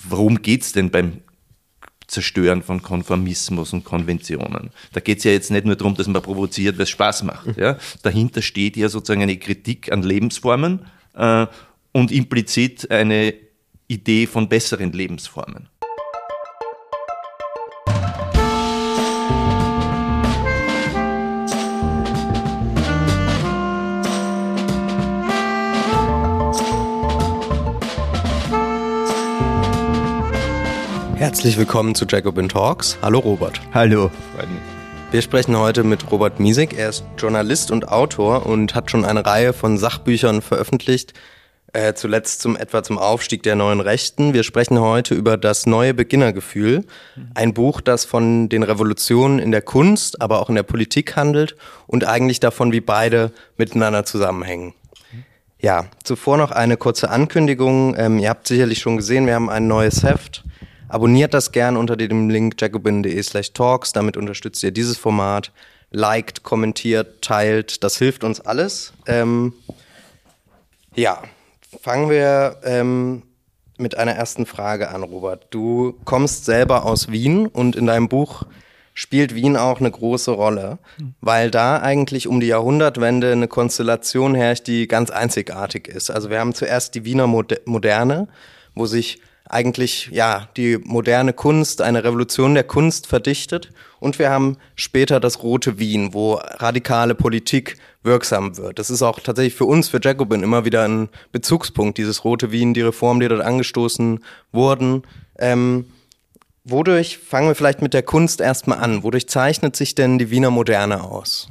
worum geht es denn beim Zerstören von Konformismus und Konventionen? Da geht es ja jetzt nicht nur darum, dass man provoziert, weil es Spaß macht. Ja? Dahinter steht ja sozusagen eine Kritik an Lebensformen und implizit eine Idee von besseren Lebensformen. Herzlich willkommen zu Jacobin Talks. Hallo Robert. Hallo, freut mich. Wir sprechen heute mit Robert Miesig. Er ist Journalist und Autor und hat schon eine Reihe von Sachbüchern veröffentlicht, zuletzt etwa zum Aufstieg der neuen Rechten. Wir sprechen heute über das neue Beginnergefühl, ein Buch, das von den Revolutionen in der Kunst, aber auch in der Politik handelt und eigentlich davon, wie beide miteinander zusammenhängen. Ja, zuvor noch eine kurze Ankündigung. Ihr habt sicherlich schon gesehen, wir haben ein neues Heft. Abonniert das gern unter dem Link jacobin.de/talks, damit unterstützt ihr dieses Format, liked, kommentiert, teilt, das hilft uns alles. Fangen wir mit einer ersten Frage an, Robert. Du kommst selber aus Wien und in deinem Buch spielt Wien auch eine große Rolle, weil da eigentlich um die Jahrhundertwende eine Konstellation herrscht, die ganz einzigartig ist. Also wir haben zuerst die Wiener Moderne, wo sich eigentlich die moderne Kunst, eine Revolution der Kunst verdichtet. Und wir haben später das Rote Wien, wo radikale Politik wirksam wird. Das ist auch tatsächlich für uns, für Jacobin, immer wieder ein Bezugspunkt, dieses Rote Wien, die Reformen, die dort angestoßen wurden. Wodurch, fangen wir vielleicht mit der Kunst erstmal an, wodurch zeichnet sich denn die Wiener Moderne aus?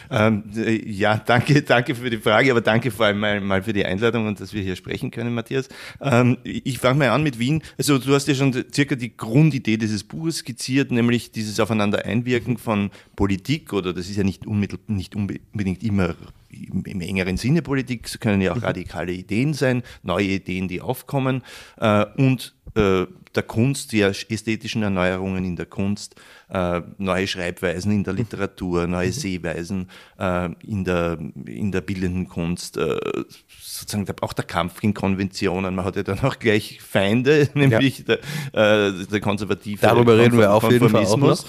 Danke für die Frage, aber danke vor allem mal für die Einladung und dass wir hier sprechen können, Matthias. Ich fange mal an mit Wien. Also du hast ja schon circa die Grundidee dieses Buches skizziert, nämlich dieses Aufeinander Einwirken von Politik, oder das ist ja nicht unbedingt immer im engeren Sinne Politik, es können ja auch radikale Ideen sein, neue Ideen, die aufkommen und der Kunst, die ästhetischen Erneuerungen in der Kunst, neue Schreibweisen in der Literatur, neue Sehweisen in der bildenden Kunst, sozusagen auch der Kampf gegen Konventionen. Man hat ja dann auch gleich Feinde, nämlich der konservative Darüber reden wir auf jeden Fall auch noch.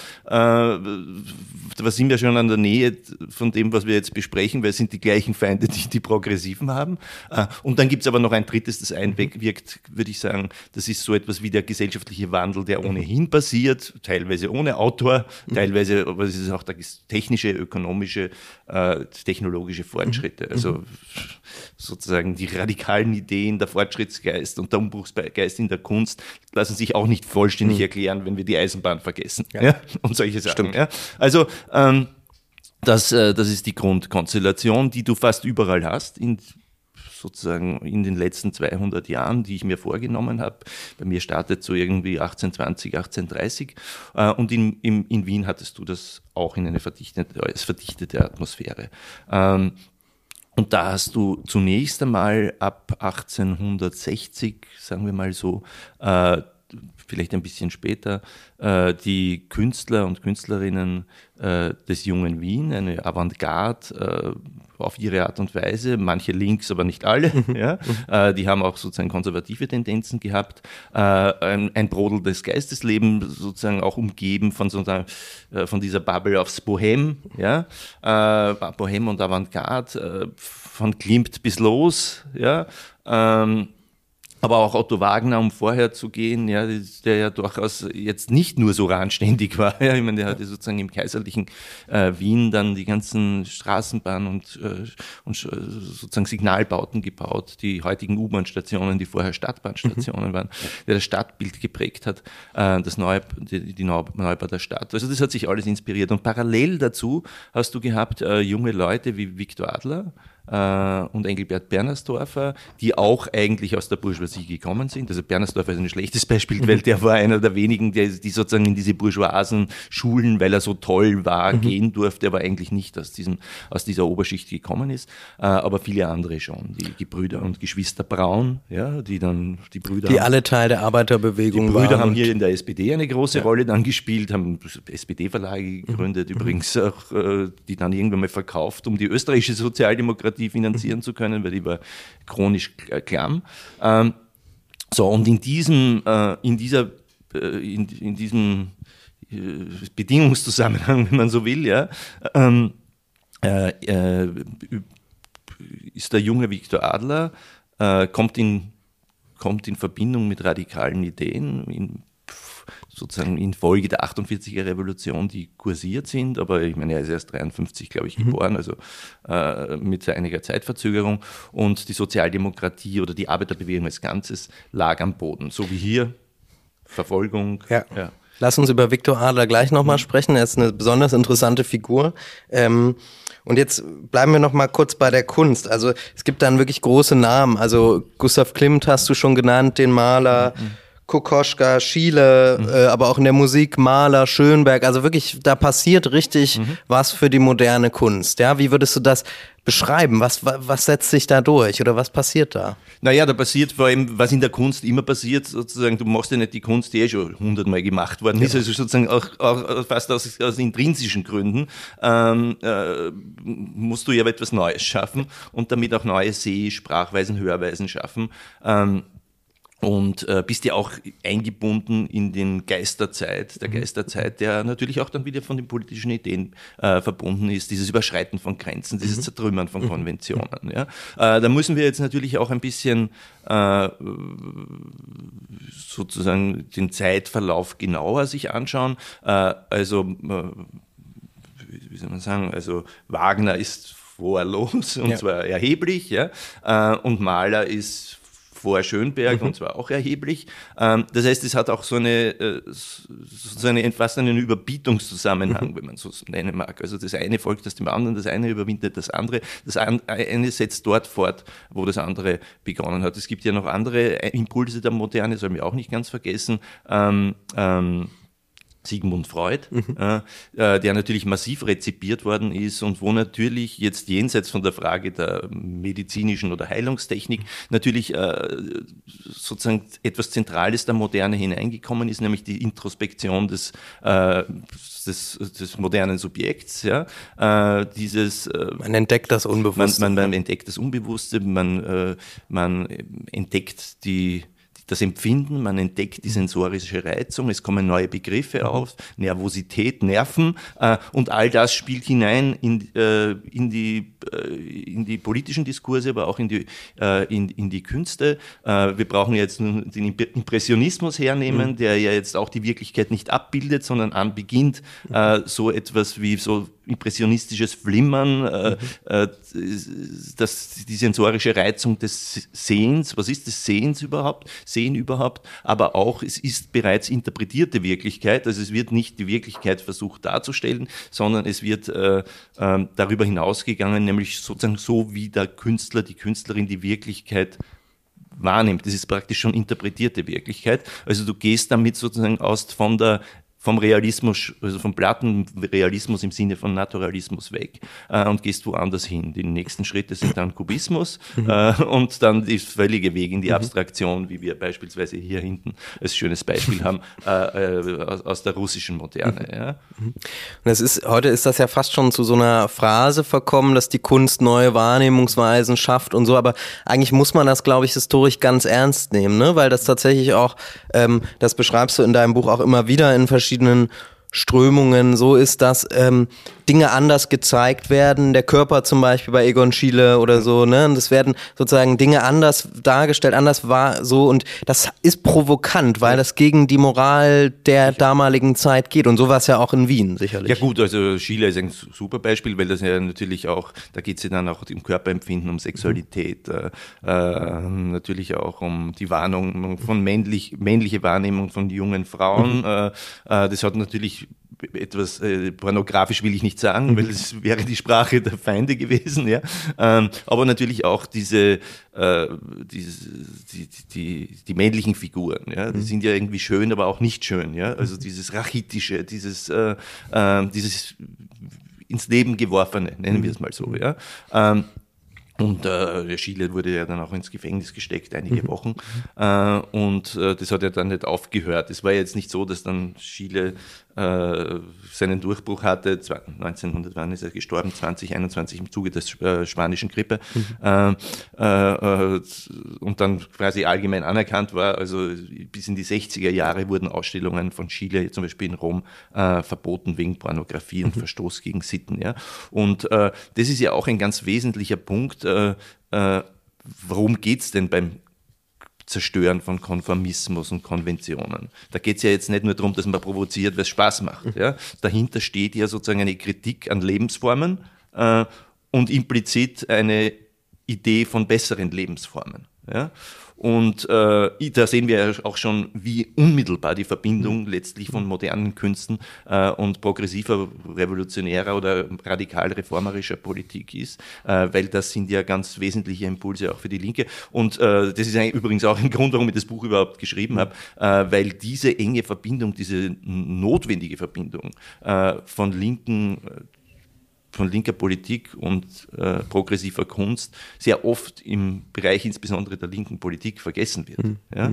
Da sind wir schon an der Nähe von dem, was wir jetzt besprechen, weil es sind die gleichen Feinde, die Progressiven haben. Und dann gibt es aber noch ein drittes, das einwirkt, würde ich sagen, das ist so etwas wie der gesellschaftliche Wandel, der ohnehin passiert, teilweise ohne Autor, teilweise, aber es ist auch der technische, ökonomische, technologische Fortschritte. Also sozusagen die radikalen Ideen, der Fortschrittsgeist und der Umbruchsgeist in der Kunst lassen sich auch nicht vollständig erklären, wenn wir die Eisenbahn vergessen. Ja? Und solche Sachen. Stimmt. Ja? Also das ist die Grundkonstellation, die du fast überall hast, sozusagen in den letzten 200 Jahren, die ich mir vorgenommen habe. Bei mir startet so irgendwie 1820, 1830 und in Wien hattest du das auch in eine verdichtete Atmosphäre. Und da hast du zunächst einmal ab 1860, sagen wir mal so, vielleicht ein bisschen später, die Künstler und Künstlerinnen des jungen Wien, eine Avantgarde auf ihre Art und Weise, manche links, aber nicht alle. Die haben auch sozusagen konservative Tendenzen gehabt. Ein brodelndes Geistesleben sozusagen auch umgeben von dieser Bubble aufs Bohem. Ja? Bohem und Avantgarde, von Klimt bis Los. Ja? Aber auch Otto Wagner, um vorher zu gehen, ja, der ja durchaus jetzt nicht nur so randständig war. Ja, ich meine, der hatte sozusagen im kaiserlichen Wien dann die ganzen Straßenbahnen und sozusagen Signalbauten gebaut, die heutigen U-Bahn-Stationen, die vorher Stadtbahnstationen waren, der das Stadtbild geprägt hat, die Neubau der Stadt. Also das hat sich alles inspiriert. Und parallel dazu hast du gehabt junge Leute wie Viktor Adler, und Engelbert Bernersdorfer, die auch eigentlich aus der Bourgeoisie gekommen sind. Also Bernersdorfer ist ein schlechtes Beispiel, weil der war einer der wenigen, die sozusagen in diese bourgeoisen Schulen, weil er so toll war, gehen durfte, aber eigentlich nicht aus dieser Oberschicht gekommen ist. Aber viele andere schon. Die Gebrüder und Geschwister Braun, ja, die alle Teil der Arbeiterbewegung waren. Die Brüder haben hier in der SPD eine große Rolle dann gespielt, haben SPD-Verlage gegründet, übrigens auch, die dann irgendwann mal verkauft, um die österreichische Sozialdemokratie finanzieren zu können, weil die war chronisch klamm. So, und in diesem Bedingungszusammenhang, wenn man so will, ja, ist der junge Viktor Adler, kommt in Verbindung mit radikalen Ideen, sozusagen in Folge der 48er Revolution, die kursiert sind, aber ich meine, er ist erst 53, glaube ich, geboren, also mit einiger Zeitverzögerung, und die Sozialdemokratie oder die Arbeiterbewegung als Ganzes lag am Boden, so wie hier Verfolgung. Ja. Lass uns über Viktor Adler gleich nochmal sprechen, er ist eine besonders interessante Figur. Und jetzt bleiben wir noch mal kurz bei der Kunst. Also es gibt dann wirklich große Namen, also Gustav Klimt hast du schon genannt, den Maler, Kokoschka, Schiele, aber auch in der Musik Mahler, Schönberg, also wirklich, da passiert richtig was für die moderne Kunst. Ja, wie würdest du das beschreiben? Was setzt sich da durch oder was passiert da? Naja, da passiert vor allem, was in der Kunst immer passiert, sozusagen, du machst ja nicht die Kunst, die schon 100-mal gemacht worden ist, also sozusagen auch fast aus intrinsischen Gründen musst du ja etwas Neues schaffen und damit auch neue Sprachweisen, Hörweisen schaffen. Und bist ja auch eingebunden in den Geisterzeit, der natürlich auch dann wieder von den politischen Ideen verbunden ist, dieses Überschreiten von Grenzen, dieses Zertrümmern von Konventionen. Ja. Da müssen wir jetzt natürlich auch ein bisschen sozusagen den Zeitverlauf genauer sich anschauen. Wie soll man sagen, also Wagner ist vorlos und zwar erheblich, ja, und Mahler ist vor Schönberg und zwar auch erheblich. Das heißt, es hat auch fast einen Überbietungszusammenhang, wenn man so nennen mag. Also das eine folgt aus dem anderen, das eine überwindet das andere, das eine setzt dort fort, wo das andere begonnen hat. Es gibt ja noch andere Impulse der Moderne, soll man auch nicht ganz vergessen. Sigmund Freud, der natürlich massiv rezipiert worden ist und wo natürlich jetzt jenseits von der Frage der medizinischen oder Heilungstechnik natürlich sozusagen etwas Zentrales der Moderne hineingekommen ist, nämlich die Introspektion des modernen Subjekts. Ja. Man entdeckt das Unbewusste. Man entdeckt das Unbewusste, man entdeckt das Empfinden, man entdeckt die sensorische Reizung, es kommen neue Begriffe auf, Nervosität, Nerven, und all das spielt hinein in die politischen Diskurse, aber auch in die Künste. Wir brauchen jetzt nur den Impressionismus hernehmen, der ja jetzt auch die Wirklichkeit nicht abbildet, sondern anbeginnt, so etwas wie so impressionistisches Flimmern, die sensorische Reizung des Sehens. Was ist das Sehens überhaupt? Sehen überhaupt, aber auch es ist bereits interpretierte Wirklichkeit, also es wird nicht die Wirklichkeit versucht darzustellen, sondern es wird darüber hinausgegangen, nämlich sozusagen so, wie der Künstler, die Künstlerin die Wirklichkeit wahrnimmt. Das ist praktisch schon interpretierte Wirklichkeit. Also du gehst damit sozusagen vom Realismus, also vom Plattenrealismus im Sinne von Naturalismus weg und gehst woanders hin. Die nächsten Schritte sind dann Kubismus und dann die völlige Weg in die Abstraktion, wie wir beispielsweise hier hinten als schönes Beispiel haben, aus der russischen Moderne. Ja. Und heute ist das ja fast schon zu so einer Phrase verkommen, dass die Kunst neue Wahrnehmungsweisen schafft und so, aber eigentlich muss man das, glaube ich, historisch ganz ernst nehmen, ne? Weil das tatsächlich auch, das beschreibst du in deinem Buch auch immer wieder in verschiedenen Strömungen so ist, dass Dinge anders gezeigt werden, der Körper zum Beispiel bei Egon Schiele oder so, ne, und es werden sozusagen Dinge anders dargestellt, anders war so, und das ist provokant, weil das gegen die Moral der damaligen Zeit geht, und so war es ja auch in Wien sicherlich. Ja gut, also Schiele ist ein super Beispiel, weil das ja natürlich auch, da geht es ja dann auch um Körperempfinden, um Sexualität, natürlich auch um die Wahrnehmung von männliche Wahrnehmung von jungen Frauen, das hat natürlich etwas pornografisch will ich nicht sagen, weil es wäre die Sprache der Feinde gewesen, ja. Aber natürlich auch die männlichen Figuren, ja, die sind ja irgendwie schön, aber auch nicht schön, ja. Also dieses Rachitische, dieses ins Leben geworfene, nennen wir es mal so, ja. Und der Schiele wurde ja dann auch ins Gefängnis gesteckt, einige Wochen. Und das hat ja dann nicht aufgehört. Es war jetzt nicht so, dass dann Schiele seinen Durchbruch hatte, 1900, wann ist er gestorben, 2021 im Zuge der spanischen Grippe, und dann quasi allgemein anerkannt war. Also bis in die 60er Jahre wurden Ausstellungen von Chile, zum Beispiel in Rom, verboten wegen Pornografie und Verstoß gegen Sitten. Ja. Und das ist ja auch ein ganz wesentlicher Punkt. Worum geht es denn beim Zerstören von Konformismus und Konventionen? Da geht es ja jetzt nicht nur darum, dass man provoziert, weil es Spaß macht. Ja? Dahinter steht ja sozusagen eine Kritik an Lebensformen und implizit eine Idee von besseren Lebensformen. Ja? Und da sehen wir ja auch schon, wie unmittelbar die Verbindung letztlich von modernen Künsten und progressiver, revolutionärer oder radikal reformerischer Politik ist, weil das sind ja ganz wesentliche Impulse auch für die Linke. Und das ist übrigens auch ein Grund, warum ich das Buch überhaupt geschrieben habe, weil diese enge Verbindung, diese notwendige Verbindung von linker Politik und progressiver Kunst sehr oft im Bereich insbesondere der linken Politik vergessen wird.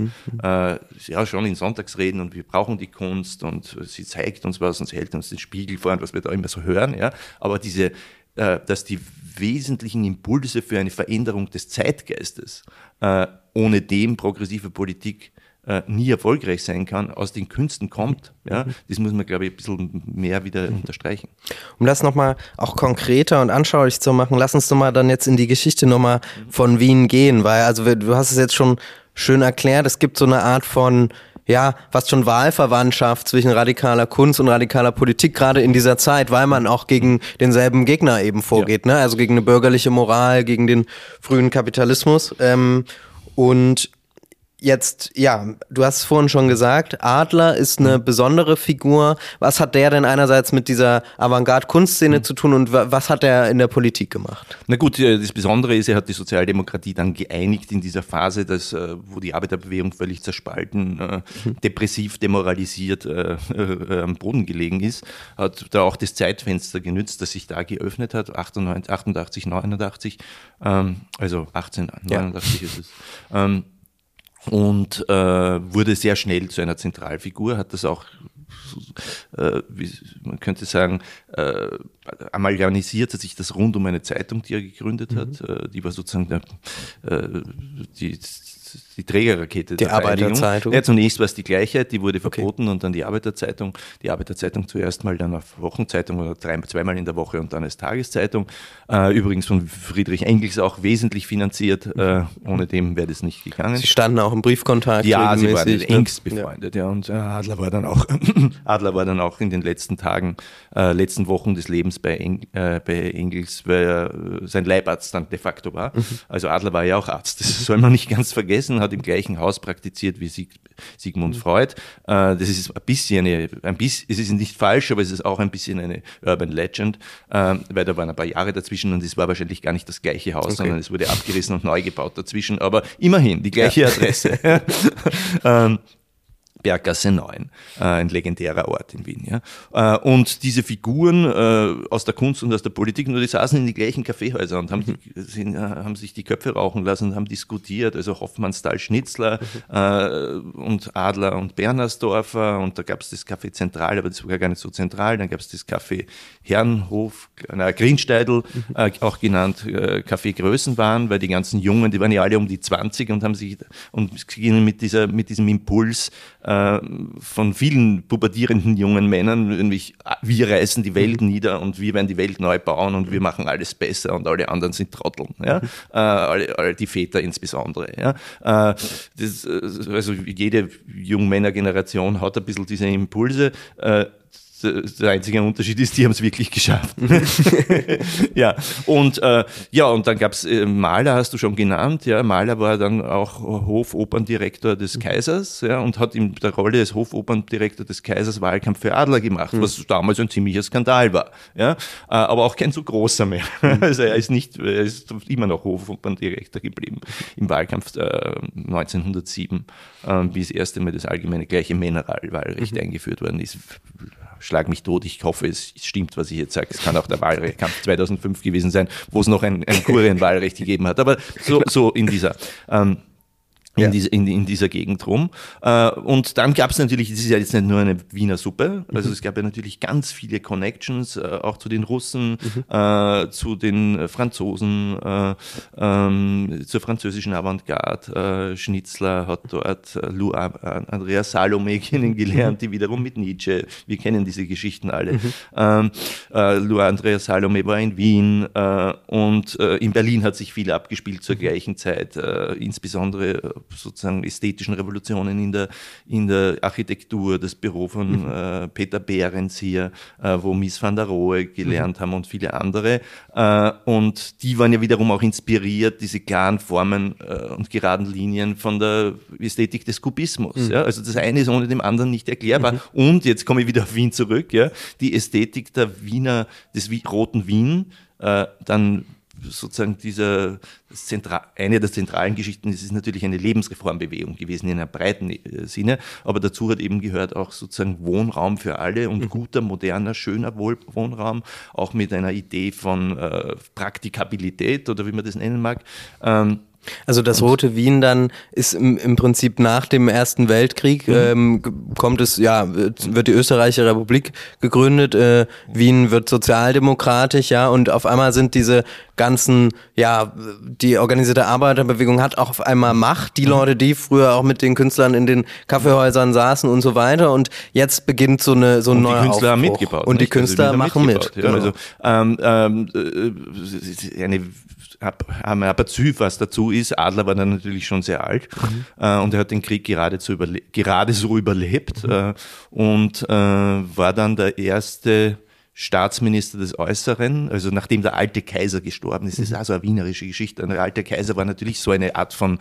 Ja, schon in Sonntagsreden, und wir brauchen die Kunst und sie zeigt uns was und sie hält uns den Spiegel vor und was wir da immer so hören. Ja. Aber dass die wesentlichen Impulse für eine Veränderung des Zeitgeistes, ohne dem progressive Politik nie erfolgreich sein kann, aus den Künsten kommt, ja, das muss man, glaube ich, ein bisschen mehr wieder unterstreichen. Um das nochmal auch konkreter und anschaulich zu machen, lass uns doch mal dann jetzt in die Geschichte nochmal von Wien gehen, weil, also du hast es jetzt schon schön erklärt, es gibt so eine Art von, ja, fast schon Wahlverwandtschaft zwischen radikaler Kunst und radikaler Politik, gerade in dieser Zeit, weil man auch gegen denselben Gegner eben vorgeht, ne? Also gegen eine bürgerliche Moral, gegen den frühen Kapitalismus, und jetzt, ja, du hast es vorhin schon gesagt, Adler ist eine besondere Figur. Was hat der denn einerseits mit dieser Avantgarde-Kunstszene zu tun und was hat er in der Politik gemacht? Na gut, das Besondere ist, er hat die Sozialdemokratie dann geeinigt in dieser Phase, wo die Arbeiterbewegung völlig zerspalten, depressiv, demoralisiert am Boden gelegen ist. Hat da auch das Zeitfenster genützt, das sich da geöffnet hat, 88, 89, also 1889 ist es. Und wurde sehr schnell zu einer Zentralfigur, hat das auch, man könnte sagen, amalgamisiert hat sich das rund um eine Zeitung, die er gegründet hat. Die war sozusagen die Trägerrakete der Arbeiterzeitung. Ja, zunächst war es die Gleichheit, die wurde verboten, und dann die Arbeiterzeitung. Die Arbeiterzeitung zuerst mal dann auf Wochenzeitung oder zweimal in der Woche und dann als Tageszeitung. Übrigens von Friedrich Engels auch wesentlich finanziert. Ohne dem wäre das nicht gegangen. Sie standen auch im Briefkontakt. Ja, sie waren engst befreundet. Ja. Und Adler war dann auch in den letzten Tagen, letzten Wochen des Lebens bei Engels, weil er sein Leibarzt dann de facto war. Also Adler war ja auch Arzt. Das soll man nicht ganz vergessen. Hat im gleichen Haus praktiziert wie Sigmund Freud. Das ist es ist nicht falsch, aber es ist auch ein bisschen eine Urban Legend, weil da waren ein paar Jahre dazwischen und es war wahrscheinlich gar nicht das gleiche Haus, sondern es wurde abgerissen und neu gebaut dazwischen, aber immerhin die gleiche Adresse. Berggasse 9, ein legendärer Ort in Wien. Ja. Und diese Figuren aus der Kunst und aus der Politik, nur die saßen in die gleichen Kaffeehäuser und haben sich die Köpfe rauchen lassen und haben diskutiert. Also Hoffmannsthal, Schnitzler und Adler und Bernersdorfer, und da gab es das Café Zentral, aber das war gar nicht so zentral. Dann gab es das Café Herrenhof, Grinsteidl, auch genannt Café Größenwahn, weil die ganzen Jungen, die waren ja alle um die 20 und gingen mit diesem Impuls von vielen pubertierenden jungen Männern, nämlich wir reißen die Welt nieder und wir werden die Welt neu bauen und wir machen alles besser und alle anderen sind Trotteln, ja? Alle die Väter insbesondere. Ja? Also jede Jungmännergeneration hat ein bisschen diese Impulse. Der einzige Unterschied ist, die haben es wirklich geschafft. Ja, und dann gab es Mahler, hast du schon genannt. Ja, Mahler war dann auch Hofoperndirektor des Kaisers, ja, und hat in der Rolle des Hofoperndirektors des Kaisers Wahlkampf für Adler gemacht, was damals ein ziemlicher Skandal war. Ja, aber auch kein so großer mehr. Also er ist immer noch Hofoperndirektor geblieben im Wahlkampf 1907, wie das erste Mal das allgemeine gleiche Männerwahlrecht eingeführt worden ist. Schlag mich tot, ich hoffe, es stimmt, was ich jetzt sage. Es kann auch der Wahlkampf 2005 gewesen sein, wo es noch ein Kurienwahlrecht gegeben hat. Aber so in dieser in dieser Gegend rum. Und dann gab es natürlich, das ist ja jetzt nicht nur eine Wiener Suppe, also es gab ja natürlich ganz viele Connections, auch zu den Russen, zu den Franzosen, zur französischen Avantgarde. Schnitzler hat dort Lou Andrea Salome kennengelernt, die wiederum mit Nietzsche, wir kennen diese Geschichten alle. Lou Andrea Salome war in Wien und in Berlin hat sich viel abgespielt zur gleichen Zeit, insbesondere sozusagen ästhetischen Revolutionen in der Architektur, das Büro von Peter Behrens hier, wo Mies van der Rohe gelernt haben und viele andere. Und die waren ja wiederum auch inspiriert, diese klaren Formen und geraden Linien von der Ästhetik des Kubismus. Ja? Also das eine ist ohne dem anderen nicht erklärbar. Und jetzt komme ich wieder auf Wien zurück, ja? Die Ästhetik des roten Wien, dann sozusagen eine der zentralen Geschichten ist natürlich eine Lebensreformbewegung gewesen in einem breiten Sinne, aber dazu hat eben gehört auch sozusagen Wohnraum für alle und guter, moderner, schöner Wohnraum, auch mit einer Idee von Praktikabilität oder wie man das nennen mag. Also das Rote Wien dann ist im Prinzip nach dem Ersten Weltkrieg, wird die Österreichische Republik gegründet, Wien wird sozialdemokratisch, und auf einmal sind diese ganzen, die organisierte Arbeiterbewegung hat auch auf einmal Macht, die Leute, die früher auch mit den Künstlern in den Kaffeehäusern saßen und so weiter, und jetzt beginnt so ein neuer Aufbruch. Und die Künstler haben mitgebaut. Und die Künstler machen mit. Ja, genau. Also haben aber was dazu ist, Adler war dann natürlich schon sehr alt und er hat den Krieg gerade so überlebt und war dann der erste Staatsminister des Äußeren, also nachdem der alte Kaiser gestorben ist. Das ist also eine wienerische Geschichte. Der alte Kaiser war natürlich so eine Art von,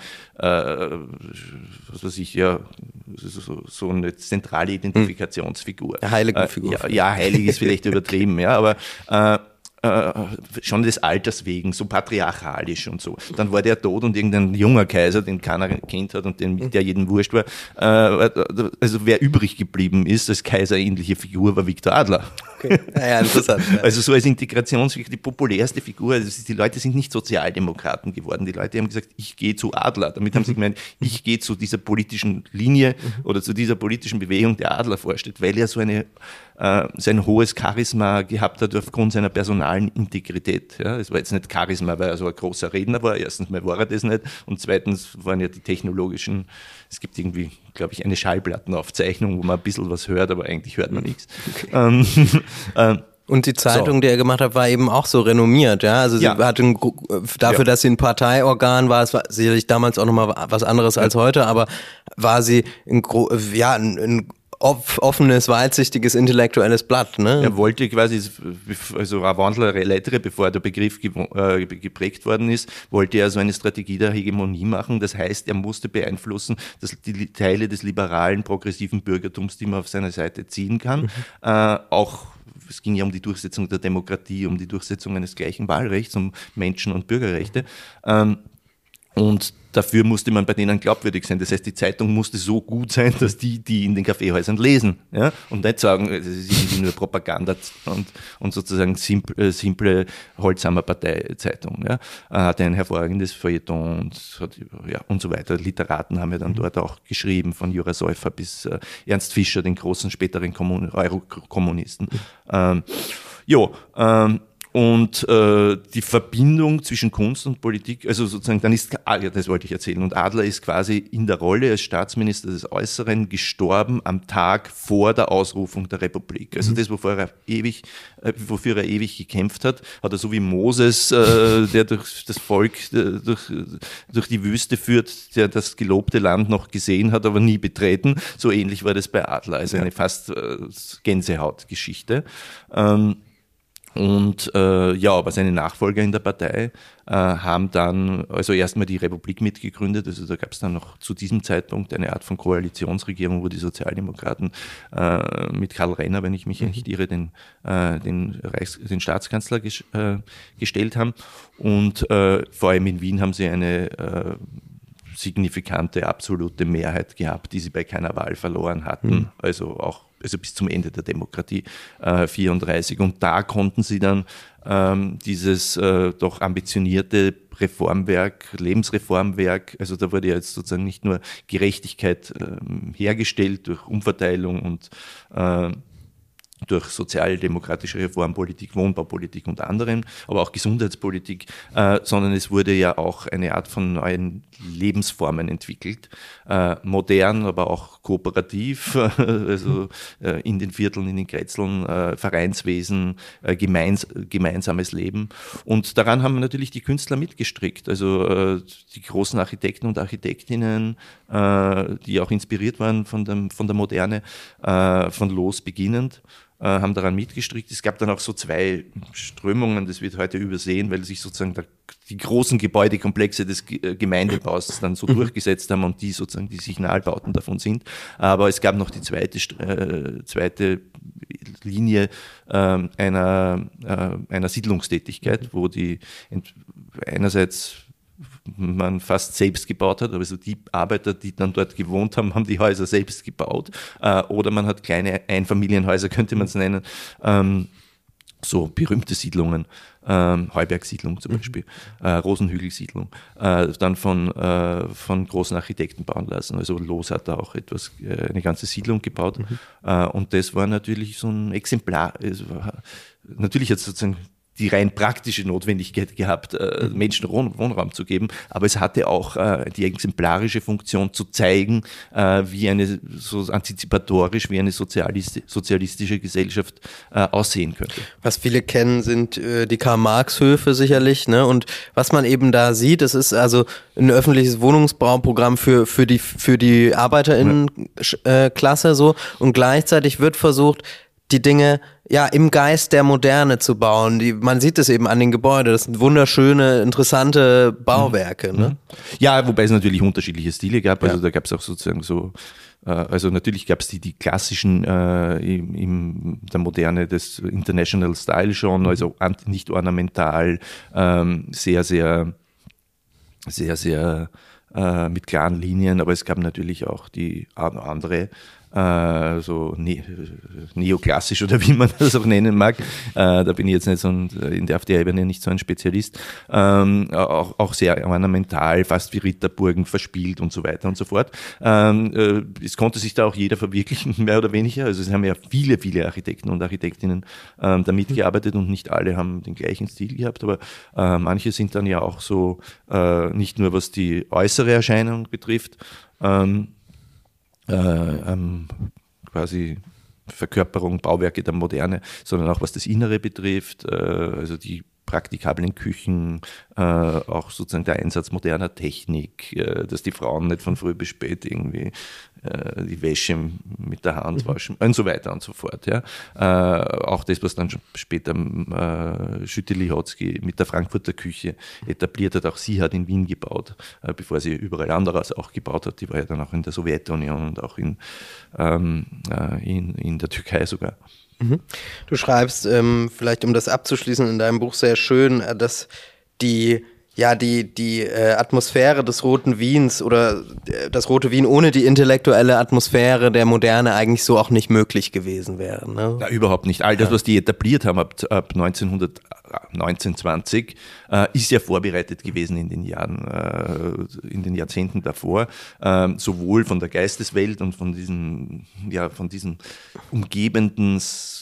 so eine zentrale Identifikationsfigur. Eine heilige Figur. Heilig ist vielleicht übertrieben, aber schon des Alters wegen, so patriarchalisch und so. Dann war der tot und irgendein junger Kaiser, den keiner kennt hat und der jedem wurscht war. Also wer übrig geblieben ist als kaiserähnliche Figur, war Viktor Adler. Okay. Ja, interessant. Ja. Also so als Integrationsfigur, die populärste Figur. Also die Leute sind nicht Sozialdemokraten geworden. Die Leute haben gesagt, ich gehe zu Adler. Damit haben sie gemeint, ich gehe zu dieser politischen Linie oder zu dieser politischen Bewegung, der Adler vorsteht, weil er so sein hohes Charisma gehabt hat aufgrund seiner personalen Integrität. Ja, es war jetzt nicht Charisma, weil er so ein großer Redner war. Erstens mal war er das nicht. Und zweitens waren ja die technologischen, es gibt irgendwie, glaube ich, eine Schallplattenaufzeichnung, wo man ein bisschen was hört, aber eigentlich hört man nichts. Okay. Und die Zeitung, die er gemacht hat, war eben auch so renommiert, ja. Also sie hatte dafür, dass sie ein Parteiorgan war, es war sicherlich damals auch nochmal was anderes als heute, aber war sie ein offenes, weitsichtiges, intellektuelles Blatt, ne? Er wollte quasi, also Ravandler Lettre, bevor der Begriff geprägt worden ist, wollte er so eine Strategie der Hegemonie machen. Das heißt, er musste beeinflussen, dass die Teile des liberalen, progressiven Bürgertums, die man auf seiner Seite ziehen kann, es ging ja um die Durchsetzung der Demokratie, um die Durchsetzung eines gleichen Wahlrechts, um Menschen- und Bürgerrechte. Und dafür musste man bei denen glaubwürdig sein. Das heißt, die Zeitung musste so gut sein, dass die in den Kaffeehäusern lesen, ja? Und nicht sagen, es ist irgendwie nur Propaganda und sozusagen simple Holzhammer Parteizeitung. Ja? Hatte ein hervorragendes Feuilleton und so weiter. Literaten haben ja dann dort auch geschrieben, von Jura Säufer bis Ernst Fischer, den großen späteren Eurokommunisten. Und die Verbindung zwischen Kunst und Politik, also sozusagen, das wollte ich erzählen, und Adler ist quasi in der Rolle als Staatsminister des Äußeren gestorben am Tag vor der Ausrufung der Republik. Also das, wofür er ewig gekämpft hat, hat er so wie Moses, der durch das Volk durch die Wüste führt, der das gelobte Land noch gesehen hat, aber nie betreten. So ähnlich war das bei Adler, also eine fast Gänsehautgeschichte. Aber seine Nachfolger in der Partei haben dann also erstmal die Republik mitgegründet. Also da gab es dann noch zu diesem Zeitpunkt eine Art von Koalitionsregierung, wo die Sozialdemokraten mit Karl Renner, wenn ich mich nicht irre, den Staatskanzler gestellt haben. Und vor allem in Wien haben sie eine signifikante, absolute Mehrheit gehabt, die sie bei keiner Wahl verloren hatten, also bis zum Ende der Demokratie 34. Und da konnten sie dann dieses doch ambitionierte Reformwerk, Lebensreformwerk, also da wurde jetzt sozusagen nicht nur Gerechtigkeit hergestellt durch Umverteilung und durch sozialdemokratische Reformpolitik, Wohnbaupolitik und anderem, aber auch Gesundheitspolitik, sondern es wurde ja auch eine Art von neuen Lebensformen entwickelt, modern, aber auch kooperativ, also in den Vierteln, in den Kretzeln, Vereinswesen, gemeinsames Leben. Und daran haben natürlich die Künstler mitgestrickt, also die großen Architekten und Architektinnen, die auch inspiriert waren von der Moderne, von Loos beginnend, haben daran mitgestrickt. Es gab dann auch so zwei Strömungen, das wird heute übersehen, weil sich sozusagen die großen Gebäudekomplexe des Gemeindebaus dann so durchgesetzt haben und die sozusagen die Signalbauten davon sind. Aber es gab noch die zweite Linie einer Siedlungstätigkeit, wo die einerseits man fast selbst gebaut hat, also die Arbeiter, die dann dort gewohnt haben, haben die Häuser selbst gebaut, oder man hat kleine Einfamilienhäuser, könnte man es nennen, so berühmte Siedlungen, Heuberg-Siedlung zum Beispiel, Rosenhügel-Siedlung, dann von großen Architekten bauen lassen. Also Loos hat da auch eine ganze Siedlung gebaut, und das war natürlich so ein Exemplar. Natürlich hat es sozusagen die rein praktische Notwendigkeit gehabt, Menschen Wohnraum zu geben, aber es hatte auch die exemplarische Funktion zu zeigen, so antizipatorisch wie eine sozialistische Gesellschaft aussehen könnte. Was viele kennen, sind die Karl-Marx-Höfe sicherlich, ne? Und was man eben da sieht, es ist also ein öffentliches Wohnungsbauprogramm für die ArbeiterInnen-Klasse so, und gleichzeitig wird versucht, die Dinge im Geist der Moderne zu bauen. Man sieht es eben an den Gebäuden. Das sind wunderschöne, interessante Bauwerke. Ne? Ja, wobei es natürlich unterschiedliche Stile gab. Also da gab es auch sozusagen so, also natürlich gab es die klassischen in der Moderne des International Style schon, also nicht ornamental, sehr, sehr, sehr, sehr mit klaren Linien, aber es gab natürlich auch die andere, so neoklassisch oder wie man das auch nennen mag. Da bin ich jetzt nicht so auf der Ebene nicht so ein Spezialist. Auch sehr ornamental, fast wie Ritterburgen, verspielt und so weiter und so fort. Es konnte sich da auch jeder verwirklichen, mehr oder weniger. Also es haben ja viele, viele Architekten und Architektinnen da mitgearbeitet und nicht alle haben den gleichen Stil gehabt, aber manche sind dann ja auch so, nicht nur was die äußere Erscheinung betrifft, quasi Verkörperung, Bauwerke der Moderne, sondern auch was das Innere betrifft, also die praktikablen Küchen, auch sozusagen der Einsatz moderner Technik, dass die Frauen nicht von früh bis spät irgendwie die Wäsche mit der Hand waschen und so weiter und so fort. Ja. Auch das, was dann später Schütte-Lihotzky mit der Frankfurter Küche etabliert hat, auch sie hat in Wien gebaut, bevor sie überall anderes auch gebaut hat. Die war ja dann auch in der Sowjetunion und auch in der Türkei sogar. Du schreibst, vielleicht um das abzuschließen, in deinem Buch sehr schön, dass die Atmosphäre des Roten Wiens oder das Rote Wien ohne die intellektuelle Atmosphäre der Moderne eigentlich so auch nicht möglich gewesen wäre. Ne? Ja, überhaupt nicht. All das, was die etabliert haben ab 1920, ist ja vorbereitet gewesen in den Jahrzehnten davor, sowohl von der Geisteswelt und von diesen umgebenden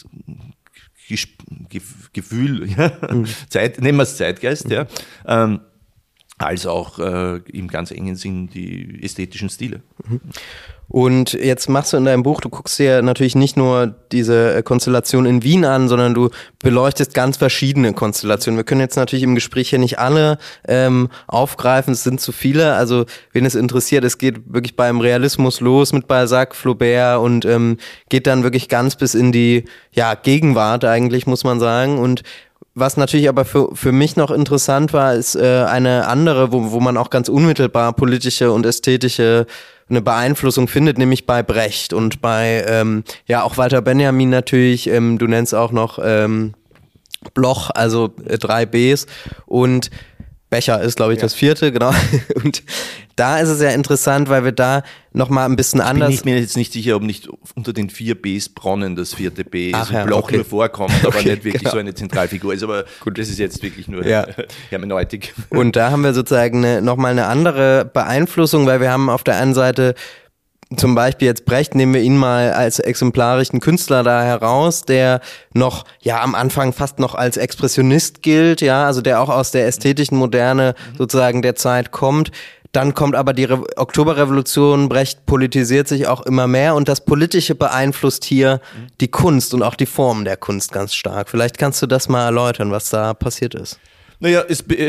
Gefühl, nennen wir es Zeitgeist, als auch im ganz engen Sinn die ästhetischen Stile. Und jetzt machst du in deinem Buch, du guckst dir natürlich nicht nur diese Konstellation in Wien an, sondern du beleuchtest ganz verschiedene Konstellationen. Wir können jetzt natürlich im Gespräch hier nicht alle aufgreifen, es sind zu viele. Also wen es interessiert, es geht wirklich beim Realismus los mit Balzac, Flaubert und geht dann wirklich ganz bis in die Gegenwart eigentlich, muss man sagen. Und was natürlich aber für mich noch interessant war, ist eine andere, wo man auch ganz unmittelbar politische und ästhetische eine Beeinflussung findet, nämlich bei Brecht und bei auch Walter Benjamin natürlich, du nennst auch noch Bloch, also 3 Bs, und Becher ist, glaube ich, das vierte, genau. Und da ist es ja interessant, weil wir da nochmal ein bisschen anders... Ich bin mir jetzt nicht sicher, ob nicht unter den 4 Bs Bronnen das 4. B Bloch okay. nur vorkommt, aber nicht wirklich so eine Zentralfigur ist. Aber gut, das ist jetzt wirklich nur Hermeneutik. Und da haben wir sozusagen nochmal eine andere Beeinflussung, weil wir haben auf der einen Seite zum Beispiel jetzt Brecht, nehmen wir ihn mal als exemplarischen Künstler da heraus, der noch, am Anfang fast noch als Expressionist gilt, also der auch aus der ästhetischen Moderne sozusagen der Zeit kommt. Dann kommt aber die Oktoberrevolution, Brecht politisiert sich auch immer mehr und das Politische beeinflusst hier die Kunst und auch die Formen der Kunst ganz stark. Vielleicht kannst du das mal erläutern, was da passiert ist. Naja,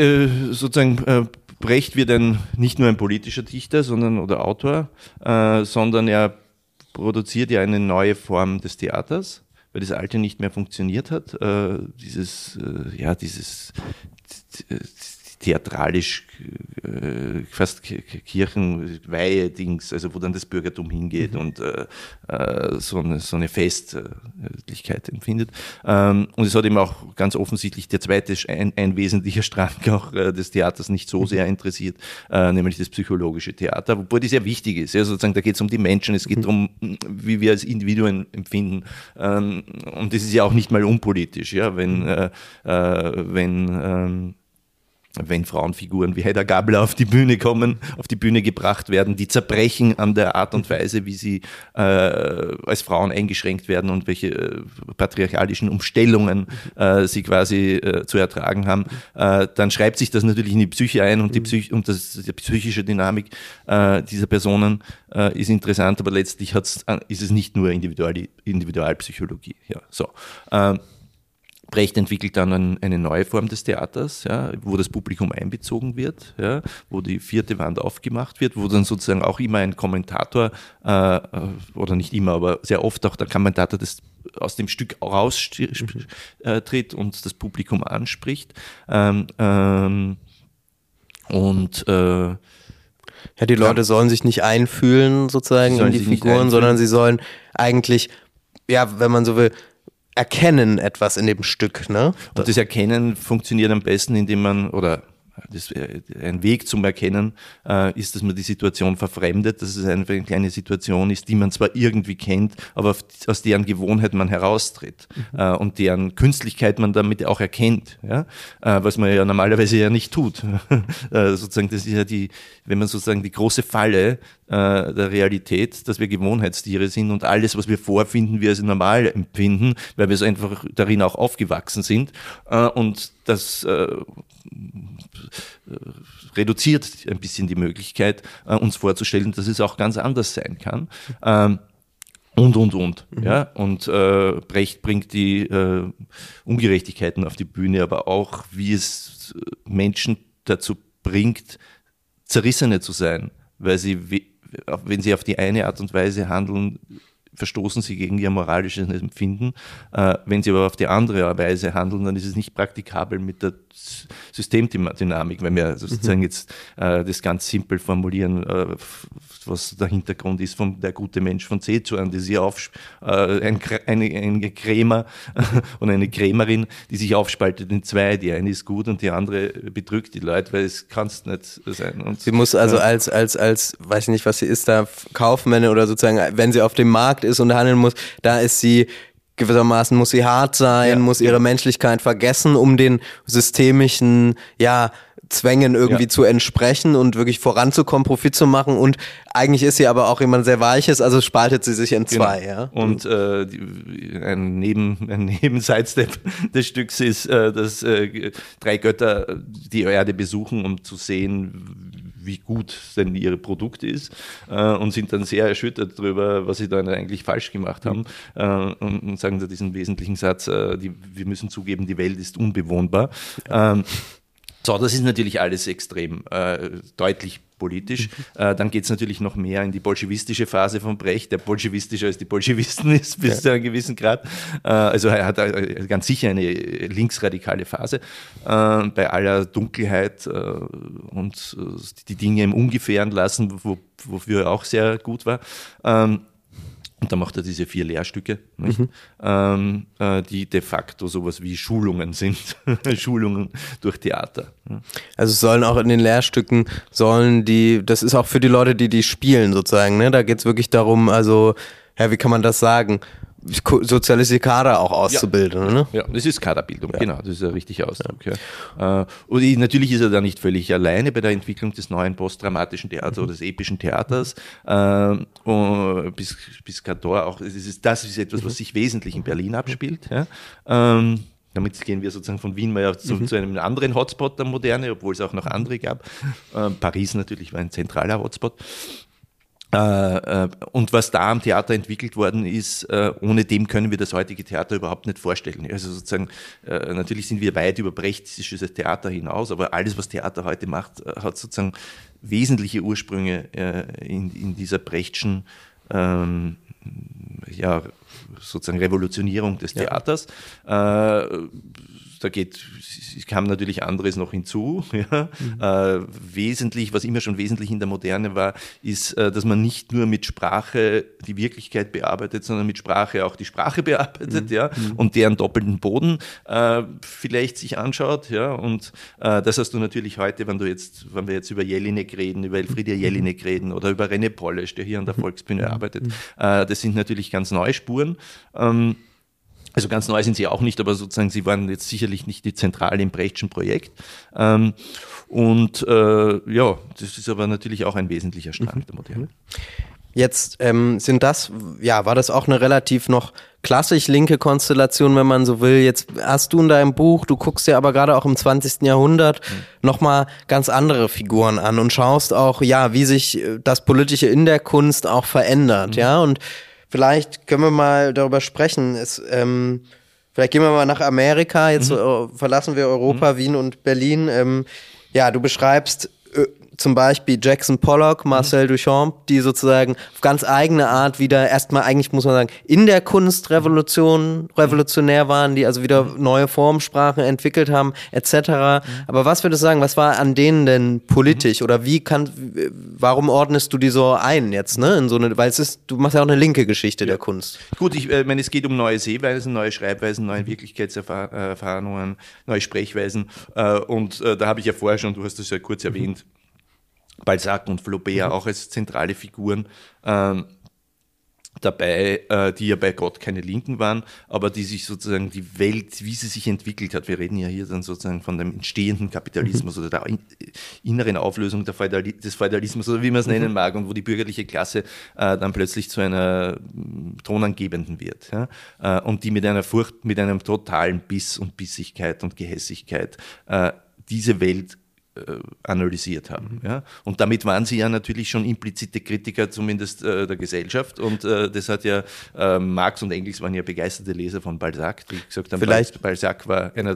Brecht wird nicht nur ein politischer Dichter oder Autor, sondern er produziert ja eine neue Form des Theaters, weil das alte nicht mehr funktioniert hat. Dieses theatralisch fast Kirchenweihe-Dings, also wo dann das Bürgertum hingeht und so eine Festlichkeit empfindet. Und es hat eben auch ganz offensichtlich der zweite, ein wesentlicher Strang auch des Theaters nicht so sehr interessiert, nämlich das psychologische Theater, wobei das sehr wichtig ist. Ja, sozusagen, da geht es um die Menschen, es geht darum, wie wir als Individuen empfinden. Und das ist ja auch nicht mal unpolitisch, wenn Frauenfiguren wie Hedda Gabler auf die Bühne gebracht werden, die zerbrechen an der Art und Weise, wie sie als Frauen eingeschränkt werden und welche patriarchalischen Umstellungen sie quasi zu ertragen haben, dann schreibt sich das natürlich in die Psyche ein und die psychische Dynamik dieser Personen ist interessant, aber letztlich ist es nicht nur Individualpsychologie. Ja, so. Brecht entwickelt dann eine neue Form des Theaters, wo das Publikum einbezogen wird, wo die 4. Wand aufgemacht wird, wo dann sozusagen auch immer ein Kommentator, oder nicht immer, aber sehr oft auch der Kommentator aus dem Stück raustritt und das Publikum anspricht. Die Leute sollen sich nicht einfühlen sozusagen in die Figuren, sondern sie sollen eigentlich, wenn man so will, erkennen etwas in dem Stück, ne? Und das Erkennen funktioniert am besten, indem man, ein Weg zum Erkennen ist, dass man die Situation verfremdet, dass es einfach eine kleine Situation ist, die man zwar irgendwie kennt, aber aus deren Gewohnheit man heraustritt und deren Künstlichkeit man damit auch erkennt, was man ja normalerweise ja nicht tut. Sozusagen, das ist ja wenn man sozusagen die große Falle der Realität, dass wir Gewohnheitstiere sind und alles, was wir vorfinden, wir als normal empfinden, weil wir so einfach darin auch aufgewachsen sind und das reduziert ein bisschen die Möglichkeit, uns vorzustellen, dass es auch ganz anders sein kann. Ja? Und Brecht bringt die Ungerechtigkeiten auf die Bühne, aber auch, wie es Menschen dazu bringt, Zerrissene zu sein, weil wenn sie auf die eine Art und Weise handeln, verstoßen sie gegen ihr moralisches Empfinden. Wenn sie aber auf die andere Weise handeln, dann ist es nicht praktikabel mit der Systemdynamik, wenn wir sozusagen jetzt das ganz simpel formulieren, was der Hintergrund ist von der gute Mensch von Cezuan, die sich ein Krämer und eine Krämerin, die sich aufspaltet in zwei, die eine ist gut und die andere betrügt die Leute, weil es kann es nicht sein. Und sie muss also als weiß ich nicht, was sie ist, da Kaufmännin oder sozusagen, wenn sie auf dem Markt ist und handeln muss, da ist sie gewissermaßen, muss sie hart sein, muss ihre Menschlichkeit vergessen, um den systemischen, Zwängen irgendwie zu entsprechen und wirklich voranzukommen, Profit zu machen, und eigentlich ist sie aber auch jemand sehr Weiches, also spaltet sie sich in zwei. Genau. Ja? Und ein Nebensidestep des Stücks ist, dass 3 Götter die Erde besuchen, um zu sehen, wie gut denn ihr Produkt ist, und sind dann sehr erschüttert darüber, was sie dann eigentlich falsch gemacht haben, und sagen da diesen wesentlichen Satz, wir müssen zugeben, die Welt ist unbewohnbar. So, das ist natürlich alles extrem deutlich politisch. Dann geht es natürlich noch mehr in die bolschewistische Phase von Brecht, der bolschewistischer als die Bolschewisten ist, bis zu einem gewissen Grad. Also er hat ganz sicher eine linksradikale Phase, bei aller Dunkelheit und die Dinge im Ungefähren lassen, wofür er auch sehr gut war. Und dann macht er diese 4 Lehrstücke, nicht? Die de facto sowas wie Schulungen sind, Schulungen durch Theater. Also es sollen auch in den Lehrstücken, das ist auch für die Leute, die spielen sozusagen, ne? Da geht es wirklich darum, also, ja, wie kann man das sagen? Sozialistische Kader auch auszubilden, ne? Ja, das ist Kaderbildung, genau, das ist ein richtiger Ausdruck. Ja. Und natürlich ist er da nicht völlig alleine bei der Entwicklung des neuen postdramatischen Theaters oder des epischen Theaters. Bis Piscator auch, das ist etwas, was sich wesentlich in Berlin abspielt. Ja. Damit gehen wir sozusagen von Wien mal zu einem anderen Hotspot der Moderne, obwohl es auch noch andere gab. Paris natürlich war ein zentraler Hotspot. Und was da am Theater entwickelt worden ist, ohne dem können wir das heutige Theater überhaupt nicht vorstellen. Also sozusagen, natürlich sind wir weit über brechtisches Theater hinaus, aber alles, was Theater heute macht, hat sozusagen wesentliche Ursprünge in dieser Brechtschen sozusagen Revolutionierung des Theaters. Kam natürlich anderes noch hinzu. Ja. Wesentlich, was immer schon wesentlich in der Moderne war, ist, dass man nicht nur mit Sprache die Wirklichkeit bearbeitet, sondern mit Sprache auch die Sprache bearbeitet, und deren doppelten Boden vielleicht sich anschaut. Ja. Und das hast du natürlich heute, wenn wir jetzt über Jelinek reden, über Elfriede Jelinek reden oder über René Polish, der hier an der Volksbühne arbeitet. Das sind natürlich ganz neue Spuren. Also ganz neu sind sie auch nicht, aber sozusagen sie waren jetzt sicherlich nicht die Zentrale im Brechtschen Projekt. Das ist aber natürlich auch ein wesentlicher Strang der Moderne. Jetzt war das auch eine relativ noch klassisch linke Konstellation, wenn man so will. Jetzt hast du in deinem Buch, du guckst dir aber gerade auch im 20. Jahrhundert nochmal ganz andere Figuren an und schaust auch, wie sich das Politische in der Kunst auch verändert, und vielleicht können wir mal darüber sprechen. Vielleicht gehen wir mal nach Amerika. Jetzt verlassen wir Europa, Wien und Berlin. Du beschreibst zum Beispiel Jackson Pollock, Marcel Duchamp, die sozusagen auf ganz eigene Art wieder erstmal eigentlich, muss man sagen, in der Kunst revolutionär waren, die also wieder neue Formsprachen entwickelt haben, etc. Aber was würdest du sagen, was war an denen denn politisch oder warum ordnest du die so ein jetzt, ne? In so eine, weil du machst ja auch eine linke Geschichte der Kunst. Gut, ich meine, es geht um neue Sehweisen, neue Schreibweisen, neue Wirklichkeitserfahrungen, neue Sprechweisen. Und da habe ich ja vorher schon, du hast das ja kurz erwähnt, Balzac und Flaubert auch als zentrale Figuren dabei, die ja bei Gott keine Linken waren, aber die sich sozusagen die Welt, wie sie sich entwickelt hat, wir reden ja hier dann sozusagen von dem entstehenden Kapitalismus oder der inneren Auflösung des Feudalismus oder wie man es nennen mag und wo die bürgerliche Klasse dann plötzlich zu einer Thronangebenden wird. Ja? Und die mit einem totalen Biss und Bissigkeit und Gehässigkeit diese Welt analysiert haben. Ja? Und damit waren sie ja natürlich schon implizite Kritiker zumindest der Gesellschaft und das hat ja Marx und Engels waren ja begeisterte Leser von Balzac, die gesagt haben, Balzac war einer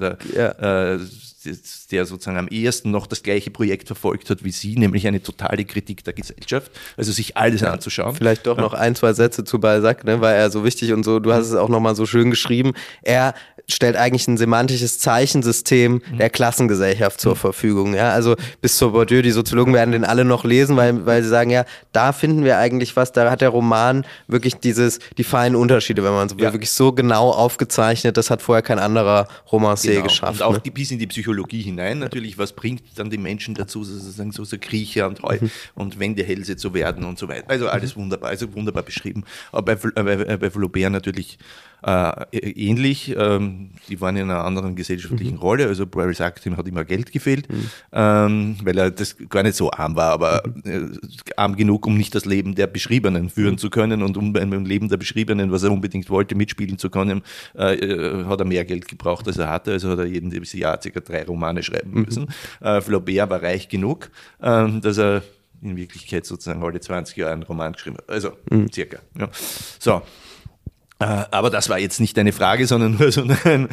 der sozusagen am ehesten noch das gleiche Projekt verfolgt hat wie sie, nämlich eine totale Kritik der Gesellschaft, also sich alles anzuschauen. Vielleicht doch noch 1, 2 Sätze zu Balzac, ne, weil er so wichtig und so, du hast es auch nochmal so schön geschrieben, er stellt eigentlich ein semantisches Zeichensystem der Klassengesellschaft zur Verfügung. Ja? Also bis zur Bourdieu, die Soziologen werden den alle noch lesen, weil sie sagen, ja, da finden wir eigentlich was, da hat der Roman wirklich die feinen Unterschiede, wenn man so will, wirklich so genau aufgezeichnet, das hat vorher kein anderer Romancier geschafft. Und auch bis in die Psychologie hinein natürlich, was bringt dann die Menschen dazu, sozusagen so Kriecher und Wendehälse zu werden und so weiter. Also alles wunderbar, wunderbar beschrieben. Aber bei Flaubert natürlich ähnlich. Die waren in einer anderen gesellschaftlichen Rolle. Also Balzac, dem hat immer Geld gefehlt, weil er das gar nicht so arm war, aber arm genug, um nicht das Leben der Beschriebenen führen zu können und um beim Leben der Beschriebenen, was er unbedingt wollte, mitspielen zu können, hat er mehr Geld gebraucht, als er hatte. Also hat er jedes Jahr ca. 3 Romane schreiben müssen. Flaubert war reich genug, dass er in Wirklichkeit sozusagen alle 20 Jahre einen Roman geschrieben hat. Also circa. Ja. So. Aber das war jetzt nicht eine Frage, sondern nur so eine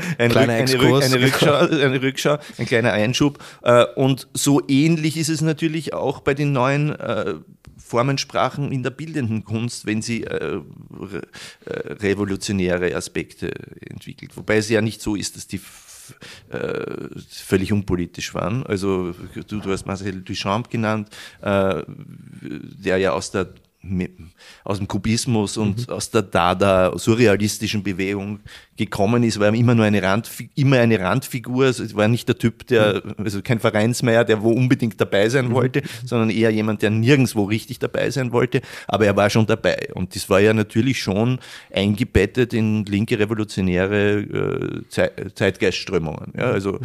Rückschau, ein kleiner Einschub. Und so ähnlich ist es natürlich auch bei den neuen Formensprachen in der bildenden Kunst, wenn sie revolutionäre Aspekte entwickelt. Wobei es ja nicht so ist, dass die völlig unpolitisch waren. Also du hast Marcel Duchamp genannt, der ja aus der aus dem Kubismus und aus der Dada-surrealistischen Bewegung gekommen ist, war immer nur eine Randfigur. Also es war nicht der Typ, also kein Vereinsmeier, der wo unbedingt dabei sein wollte, sondern eher jemand, der nirgendwo richtig dabei sein wollte, aber er war schon dabei. Und das war ja natürlich schon eingebettet in linke revolutionäre Zeitgeistströmungen. Ja, also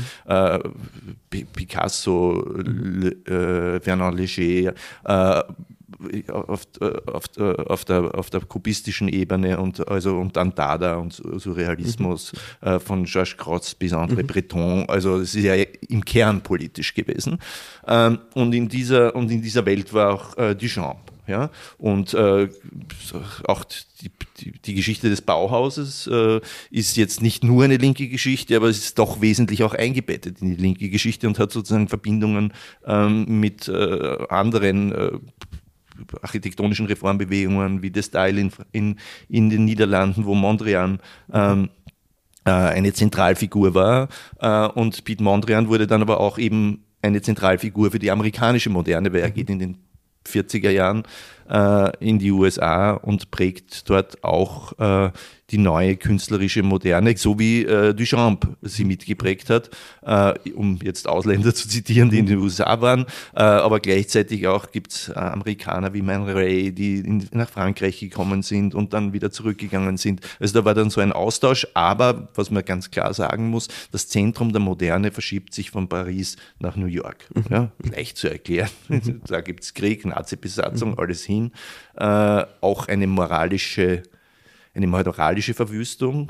Picasso, Fernand Léger, auf der kubistischen Ebene und dann Dada und Surrealismus von Georges Crotz bis André Breton. Also es ist ja im Kern politisch gewesen. Und in dieser Welt war auch Duchamp. Ja? Und auch die Geschichte des Bauhauses ist jetzt nicht nur eine linke Geschichte, aber es ist doch wesentlich auch eingebettet in die linke Geschichte und hat sozusagen Verbindungen mit anderen architektonischen Reformbewegungen wie der Style in den Niederlanden, wo Mondrian eine Zentralfigur war. Und Piet Mondrian wurde dann aber auch eben eine Zentralfigur für die amerikanische Moderne, weil er geht in den 40er Jahren in die USA und prägt dort auch die neue künstlerische Moderne, so wie Duchamp sie mitgeprägt hat, um jetzt Ausländer zu zitieren, die in den USA waren, aber gleichzeitig auch gibt es Amerikaner wie Man Ray, die nach Frankreich gekommen sind und dann wieder zurückgegangen sind. Also da war dann so ein Austausch, aber was man ganz klar sagen muss, das Zentrum der Moderne verschiebt sich von Paris nach New York. Ja, leicht zu erklären. Da gibt es Krieg, Nazi-Besatzung, alles hin. Auch eine moralische Verwüstung.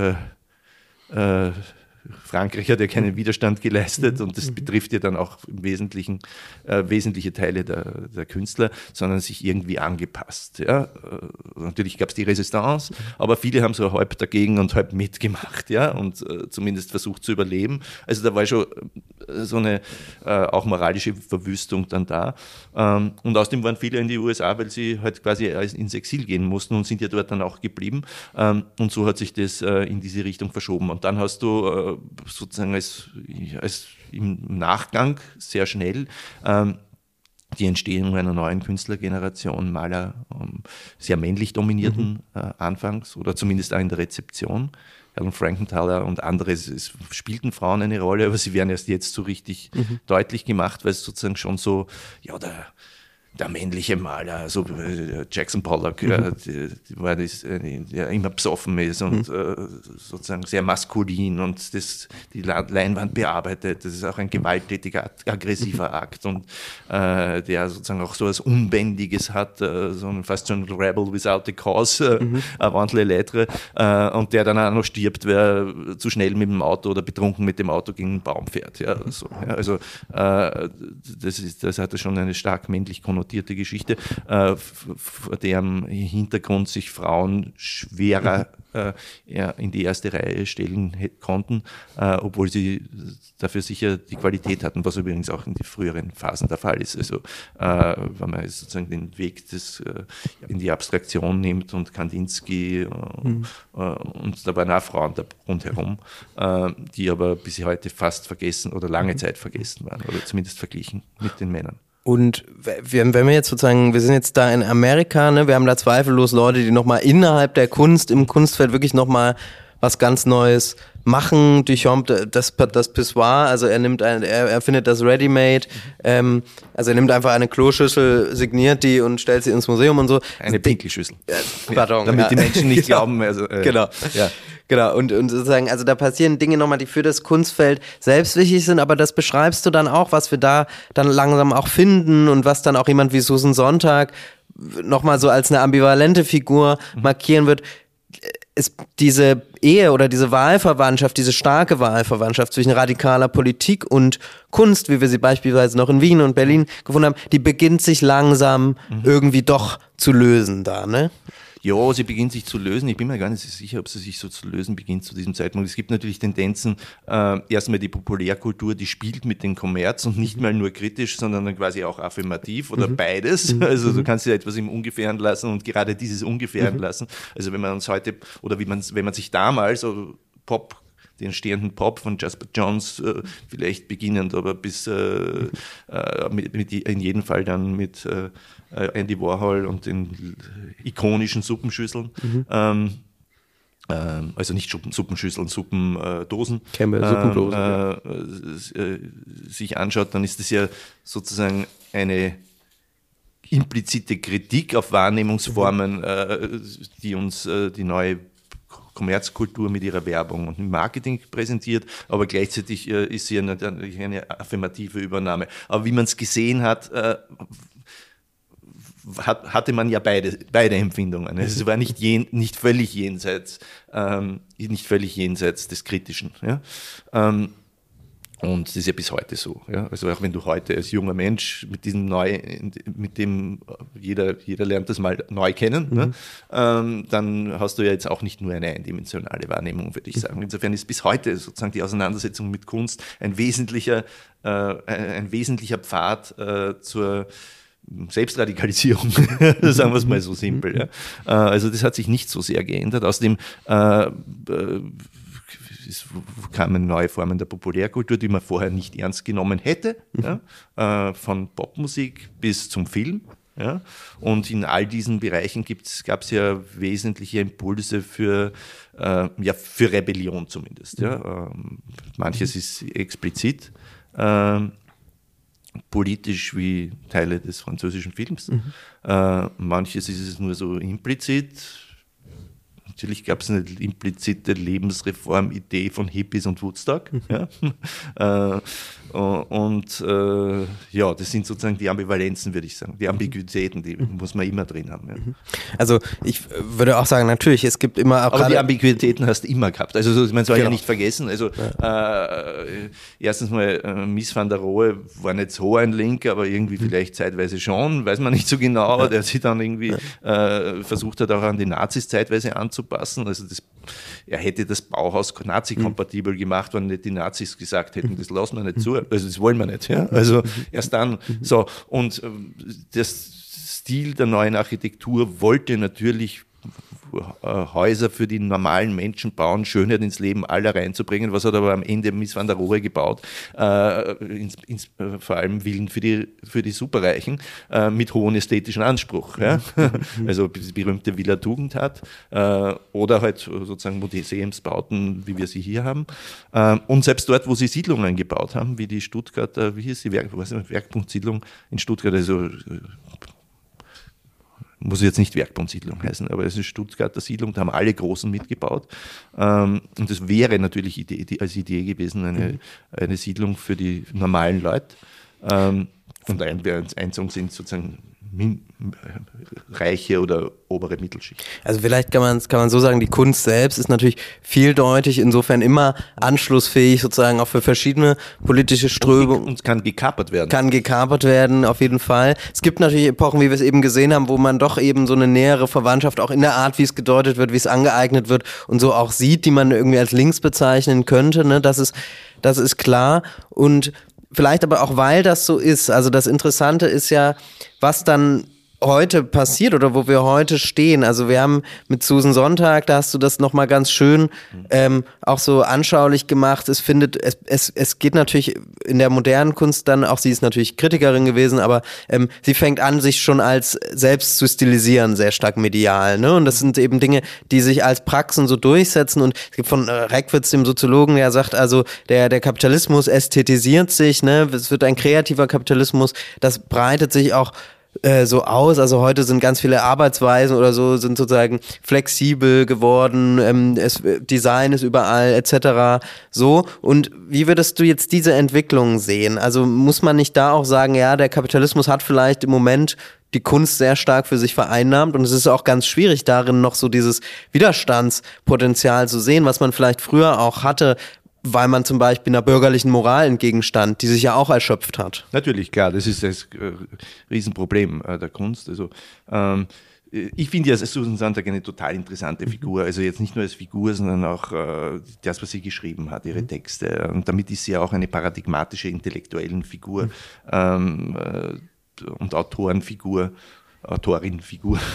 Frankreich hat ja keinen Widerstand geleistet und das betrifft ja dann auch im Wesentlichen wesentliche Teile der Künstler, sondern sich irgendwie angepasst. Ja? Natürlich gab es die Resistance, aber viele haben so halb dagegen und halb mitgemacht, ja? Und zumindest versucht zu überleben. Also da war schon so eine auch moralische Verwüstung dann da. Und außerdem waren viele in die USA, weil sie halt quasi ins Exil gehen mussten und sind ja dort dann auch geblieben. Und so hat sich das in diese Richtung verschoben. Und dann hast du sozusagen als im Nachgang sehr schnell die Entstehung einer neuen Künstlergeneration, Maler, sehr männlich dominierten anfangs oder zumindest auch in der Rezeption. Alan Frankenthaler und andere, es spielten Frauen eine Rolle, aber sie werden erst jetzt so richtig deutlich gemacht, weil es sozusagen schon so, ja, der männliche Maler, also Jackson Pollock, der immer besoffen ist und sozusagen sehr maskulin und die Leinwand bearbeitet. Das ist auch ein gewalttätiger, aggressiver Akt und der sozusagen auch so etwas Unbändiges hat, fast so ein Rebel without a cause, avant les lettres, und der dann auch noch stirbt, wer zu schnell mit dem Auto oder betrunken mit dem Auto gegen einen Baum fährt. Ja, so, ja, also das hatte schon eine stark männlich konnotierte Geschichte, vor deren Hintergrund sich Frauen schwerer in die erste Reihe stellen konnten, obwohl sie dafür sicher die Qualität hatten, was übrigens auch in den früheren Phasen der Fall ist. Also wenn man sozusagen den Weg in die Abstraktion nimmt und Kandinsky und da waren auch Frauen rundherum, die aber bis heute fast vergessen oder lange Zeit vergessen waren oder zumindest verglichen mit den Männern. Und wenn wir jetzt sozusagen, wir sind jetzt da in Amerika, ne, wir haben da zweifellos Leute, die nochmal innerhalb der Kunst, im Kunstfeld wirklich nochmal was ganz Neues machen. Duchamp, das Pissoir, also er findet das Ready-Made, also er nimmt einfach eine Kloschüssel, signiert die und stellt sie ins Museum und so. Eine Pinkelschüssel. Pardon. Damit die Menschen nicht glauben. Also, genau. Ja. Genau, und sozusagen, also da passieren Dinge nochmal, die für das Kunstfeld selbst wichtig sind, aber das beschreibst du dann auch, was wir da dann langsam auch finden und was dann auch jemand wie Susan Sontag nochmal so als eine ambivalente Figur markieren wird. Ist diese Ehe oder diese Wahlverwandtschaft, diese starke Wahlverwandtschaft zwischen radikaler Politik und Kunst, wie wir sie beispielsweise noch in Wien und Berlin gefunden haben, die beginnt sich langsam irgendwie doch zu lösen da, ne? Ja, sie beginnt sich zu lösen. Ich bin mir gar nicht so sicher, ob sie sich so zu lösen beginnt zu diesem Zeitpunkt. Es gibt natürlich Tendenzen, erstmal die Populärkultur, die spielt mit dem Kommerz und nicht mal nur kritisch, sondern dann quasi auch affirmativ oder beides. Also du kannst ja etwas im Ungefähren lassen und gerade dieses Ungefähren lassen. Also wenn man uns heute, oder wenn man sich damals Pop den stehenden Pop von Jasper Johns, vielleicht beginnend, aber bis in jedem Fall dann mit Andy Warhol und den ikonischen Suppenschüsseln. Also nicht Suppenschüsseln, Suppendosen, sich anschaut, dann ist das ja sozusagen eine implizite Kritik auf Wahrnehmungsformen, die uns die neue Kommerzkultur mit ihrer Werbung und Marketing präsentiert, aber gleichzeitig ist sie eine affirmative Übernahme. Aber wie man es gesehen hat, hatte man ja beide Empfindungen. Es war nicht völlig jenseits des Kritischen. Ja? Und das ist ja bis heute so. Ja? Also auch wenn du heute als junger Mensch mit dem jeder lernt das mal neu kennen, ne? Dann hast du ja jetzt auch nicht nur eine eindimensionale Wahrnehmung, würde ich sagen. Insofern ist bis heute sozusagen die Auseinandersetzung mit Kunst ein wesentlicher Pfad zur Selbstradikalisierung, sagen wir es mal so simpel. Ja. Also das hat sich nicht so sehr geändert. Außerdem es kamen neue Formen der Populärkultur, die man vorher nicht ernst genommen hätte, ja, von Popmusik bis zum Film. Ja. Und in all diesen Bereichen gab es ja wesentliche Impulse für Rebellion zumindest. Ja. Manches ist explizit, politisch wie Teile des französischen Films. Manches ist es nur so implizit. Natürlich gab es eine implizite Lebensreformidee von Hippies und Woodstock. Ja. Das sind sozusagen die Ambivalenzen, würde ich sagen. Die Ambiguitäten, die muss man immer drin haben. Ja. Also ich würde auch sagen, natürlich, es gibt immer auch. Aber die Ambiguitäten hast du immer gehabt. Also man soll ja nicht vergessen. Also erstens mal, Mies van der Rohe war nicht so ein Link, aber irgendwie vielleicht zeitweise schon, weiß man nicht so genau. Der sich dann irgendwie versucht hat, auch an die Nazis zeitweise anzupassen. Also er hätte das Bauhaus Nazi-kompatibel gemacht, wenn nicht die Nazis gesagt hätten, das lassen wir nicht zu. Also das wollen wir nicht. Ja? Also erst dann. So. Und das Stil der neuen Architektur wollte natürlich Häuser für die normalen Menschen bauen, Schönheit ins Leben aller reinzubringen. Was hat aber am Ende Mies van der Rohe gebaut? Vor allem Villen für die Superreichen mit hohem ästhetischen Anspruch. Ja? Also die berühmte Villa Tugendhat oder halt sozusagen Museumsbauten, wie wir sie hier haben. Und selbst dort, wo sie Siedlungen gebaut haben, wie die Stuttgarter, wie hieß die Werkpunktsiedlung in Stuttgart, also muss jetzt nicht Werkbundsiedlung heißen, aber es ist Stuttgarter Siedlung, da haben alle Großen mitgebaut. Und das wäre natürlich als Idee gewesen, eine Siedlung für die normalen Leute. Und Einzug sind sozusagen reiche oder obere Mittelschicht. Also vielleicht kann man so sagen, die Kunst selbst ist natürlich vieldeutig, insofern immer anschlussfähig sozusagen auch für verschiedene politische Strömungen. Und kann gekapert werden. Kann gekapert werden, auf jeden Fall. Es gibt natürlich Epochen, wie wir es eben gesehen haben, wo man doch eben so eine nähere Verwandtschaft auch in der Art, wie es gedeutet wird, wie es angeeignet wird und so auch sieht, die man irgendwie als links bezeichnen könnte, ne? Das ist klar. Und vielleicht aber auch, weil das so ist. Also das Interessante ist ja, was dann heute passiert oder wo wir heute stehen. Also wir haben mit Susan Sontag, da hast du das nochmal ganz schön auch so anschaulich gemacht. Es geht natürlich in der modernen Kunst dann, auch sie ist natürlich Kritikerin gewesen, aber sie fängt an, sich schon als selbst zu stilisieren, sehr stark medial. Ne? Und das sind eben Dinge, die sich als Praxen so durchsetzen. Und es gibt von Reckwitz, dem Soziologen, der sagt, also der Kapitalismus ästhetisiert sich, ne? Es wird ein kreativer Kapitalismus, das breitet sich auch so aus, also heute sind ganz viele Arbeitsweisen oder so, sind sozusagen flexibel geworden, Design ist überall etc. so. Und wie würdest du jetzt diese Entwicklung sehen? Also muss man nicht da auch sagen, ja, der Kapitalismus hat vielleicht im Moment die Kunst sehr stark für sich vereinnahmt und es ist auch ganz schwierig darin noch so dieses Widerstandspotenzial zu sehen, was man vielleicht früher auch hatte, weil man zum Beispiel einer bürgerlichen Moral entgegenstand, die sich ja auch erschöpft hat. Natürlich, klar, das ist das Riesenproblem der Kunst. Also ich finde ja Susan Sontag eine total interessante Figur, also jetzt nicht nur als Figur, sondern auch das, was sie geschrieben hat, ihre Texte. Und damit ist sie ja auch eine paradigmatische intellektuelle Figur und Autorinfigur,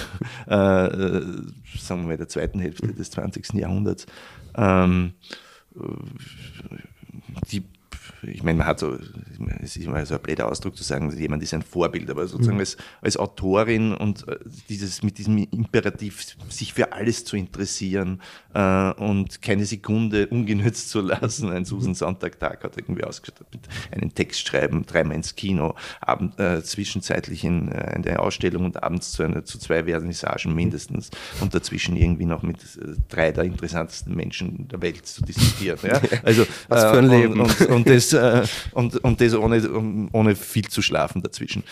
sagen wir mal, der zweiten Hälfte des 20. Jahrhunderts. ich meine, man hat so, es ist immer so ein blöder Ausdruck zu sagen, jemand ist ein Vorbild, aber sozusagen als Autorin und mit diesem Imperativ, sich für alles zu interessieren und keine Sekunde ungenützt zu lassen. Ein Susan Sontag-Tag hat irgendwie ausgestattet mit einem Text schreiben, 3-mal ins Kino, zwischenzeitlich in eine Ausstellung und abends zu 2 Vernissagen mindestens und dazwischen irgendwie noch mit 3 der interessantesten Menschen der Welt zu diskutieren. Ja? Also, was für ein Leben. Und das ohne viel zu schlafen dazwischen.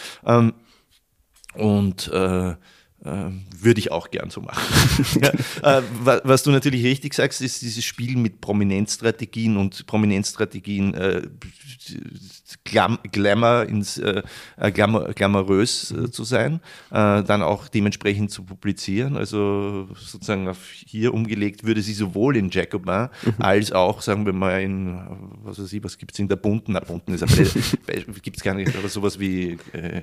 Würde ich auch gern so machen. Ja, was du natürlich richtig sagst, ist dieses Spiel mit Prominenzstrategien und Prominenzstrategien glamourös zu sein, dann auch dementsprechend zu publizieren. Also sozusagen hier umgelegt würde sie sowohl in Jacobin als auch, sagen wir mal, in, was gibt es in der Bunten? Bunten ist gibt es gar nicht, aber sowas wie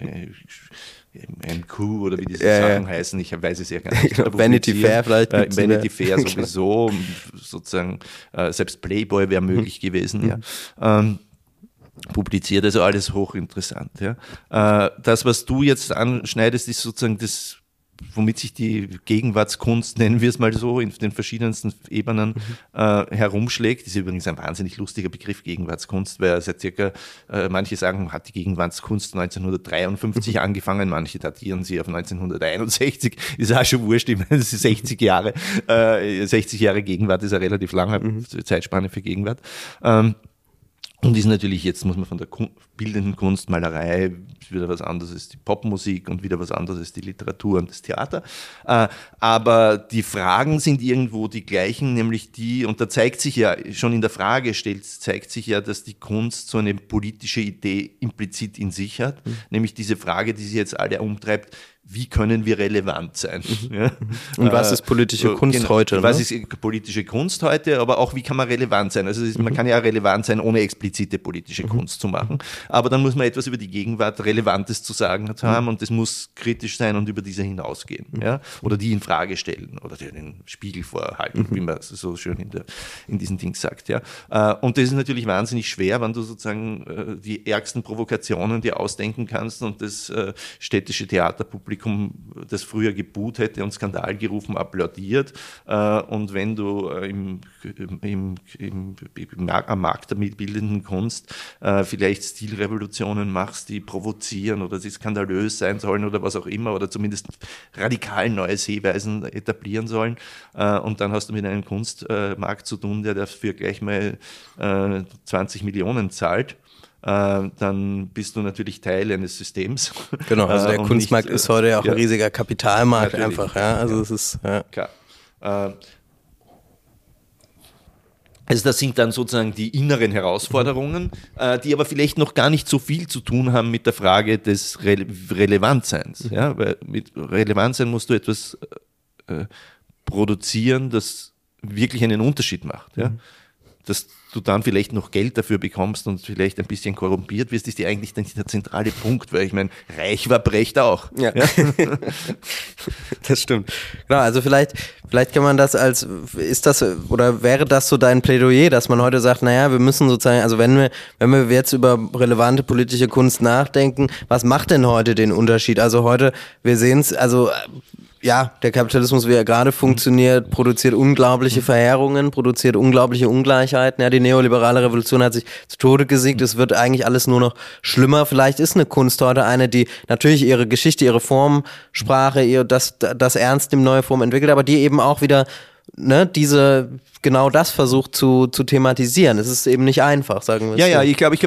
ein Coup oder wie diese Sachen heißen, ich weiß es ja gar nicht. Vanity Fair vielleicht. Vanity Fair sowieso, sozusagen, selbst Playboy wäre möglich gewesen, ja. Publiziert, also alles hochinteressant. Ja. Das, was du jetzt anschneidest, ist sozusagen das, womit sich die Gegenwartskunst, nennen wir es mal so, in den verschiedensten Ebenen herumschlägt. Das ist übrigens ein wahnsinnig lustiger Begriff, Gegenwartskunst, weil seit circa, manche sagen, hat die Gegenwartskunst 1953 angefangen, manche datieren sie auf 1961, ist auch schon wurscht, das ist 60 Jahre Gegenwart, ist eine relativ lange Zeitspanne für Gegenwart. Und ist natürlich, jetzt muss man von der bildenden Kunst, Malerei, wieder was anderes als die Popmusik und wieder was anderes als die Literatur und das Theater. Aber die Fragen sind irgendwo die gleichen, nämlich die, und da zeigt sich ja, schon in der Frage zeigt sich ja, dass die Kunst so eine politische Idee implizit in sich hat, nämlich diese Frage, die sie jetzt alle umtreibt, wie können wir relevant sein? Ja? Und was ist politische Kunst heute? Was ist politische Kunst heute, aber auch wie kann man relevant sein? Also man kann ja relevant sein, ohne explizite politische Kunst zu machen, aber dann muss man etwas über die Gegenwart Relevantes zu sagen haben und das muss kritisch sein und über diese hinausgehen. Ja? Oder die in Frage stellen oder den Spiegel vorhalten, wie man so schön in diesen Dings sagt. Ja? Und das ist natürlich wahnsinnig schwer, wenn du sozusagen die ärgsten Provokationen dir ausdenken kannst und das städtische Theaterpublikum, das früher geboot hätte und Skandal gerufen, applaudiert. Und wenn du am Markt der bildenden Kunst vielleicht Stilrevolutionen machst, die provozieren oder die skandalös sein sollen oder was auch immer oder zumindest radikal neue Sehweisen etablieren sollen. Und dann hast du mit einem Kunstmarkt zu tun, der dafür gleich mal 20 Millionen zahlt. Dann bist du natürlich Teil eines Systems. Genau, also der Kunstmarkt ist heute ja auch ein riesiger Kapitalmarkt einfach. Ja, also es ist klar. Also das sind dann sozusagen die inneren Herausforderungen, die aber vielleicht noch gar nicht so viel zu tun haben mit der Frage des Relevantseins. Ja? Weil mit Relevantsein musst du etwas produzieren, das wirklich einen Unterschied macht. Ja? Dass du dann vielleicht noch Geld dafür bekommst und vielleicht ein bisschen korrumpiert wirst, ist eigentlich der zentrale Punkt, weil ich meine, reich war Brecht auch. Ja. Das stimmt. Genau, also vielleicht kann man das wäre das so dein Plädoyer, dass man heute sagt, naja, wir müssen sozusagen, also wenn wir jetzt über relevante politische Kunst nachdenken, was macht denn heute den Unterschied? Also heute, wir sehen es, also ja, der Kapitalismus, wie er gerade funktioniert, produziert unglaubliche Verheerungen, produziert unglaubliche Ungleichheiten. Ja, die neoliberale Revolution hat sich zu Tode gesiegt. Es wird eigentlich alles nur noch schlimmer. Vielleicht ist eine Kunst heute eine, die natürlich ihre Geschichte, ihre Formsprache, das ernst in neue Form entwickelt, aber die eben auch wieder genau das versucht zu thematisieren. Es ist eben nicht einfach, sagen wir es so. Ja, ich glaube,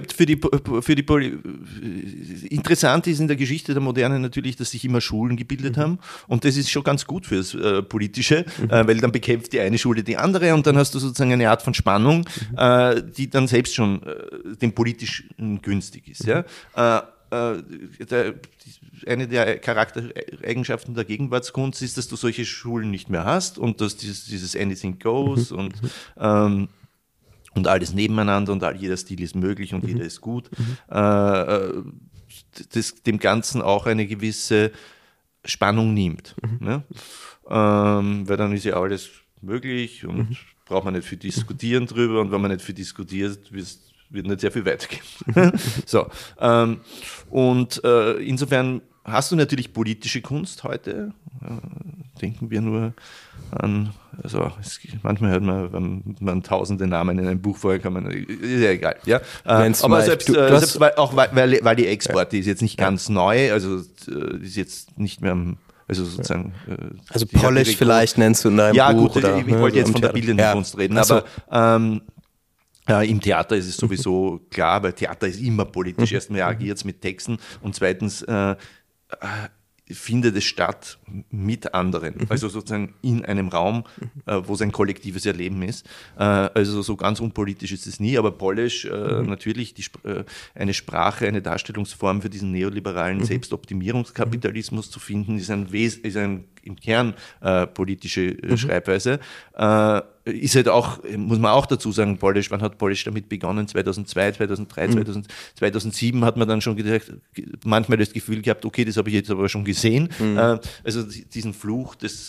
interessant ist in der Geschichte der Moderne natürlich, dass sich immer Schulen gebildet haben und das ist schon ganz gut fürs Politische, weil dann bekämpft die eine Schule die andere und dann hast du sozusagen eine Art von Spannung, die dann selbst schon dem Politischen günstig ist. Ja? Eine der Charaktereigenschaften der Gegenwartskunst ist, dass du solche Schulen nicht mehr hast und dass dieses Anything Goes und alles nebeneinander und jeder Stil ist möglich und jeder ist gut. Das dem Ganzen auch eine gewisse Spannung nimmt. Ne? Weil dann ist ja alles möglich und braucht man nicht viel diskutieren drüber, und wenn man nicht viel diskutiert, wird nicht sehr viel weitergehen. So, insofern hast du natürlich politische Kunst heute. Denken wir nur an, also manchmal hört man, wenn man tausende Namen in einem Buch vorher kann, ist ja egal. Ja? Aber selbst auch weil die Export, die ist jetzt nicht ganz neu, also die ist jetzt nicht mehr also sozusagen. Also Polish vielleicht nennst du in deinem Buch. Ja, gut, ich wollte jetzt von der bildenden Kunst reden, aber im Theater ist es sowieso klar, weil Theater ist immer politisch. Erstens agiert es mit Texten und zweitens findet es statt mit anderen, also sozusagen in einem Raum, wo es ein kollektives Erleben ist. Also so ganz unpolitisch ist es nie, aber Polish natürlich eine Sprache, eine Darstellungsform für diesen neoliberalen Selbstoptimierungskapitalismus zu finden, ist ein im Kern politische Schreibweise. Ist halt auch, muss man auch dazu sagen, wann hat Polish damit begonnen? 2002, 2003, 2007 hat man dann schon gedacht, manchmal das Gefühl gehabt, okay, das habe ich jetzt aber schon gesehen. Also diesen Fluch, dass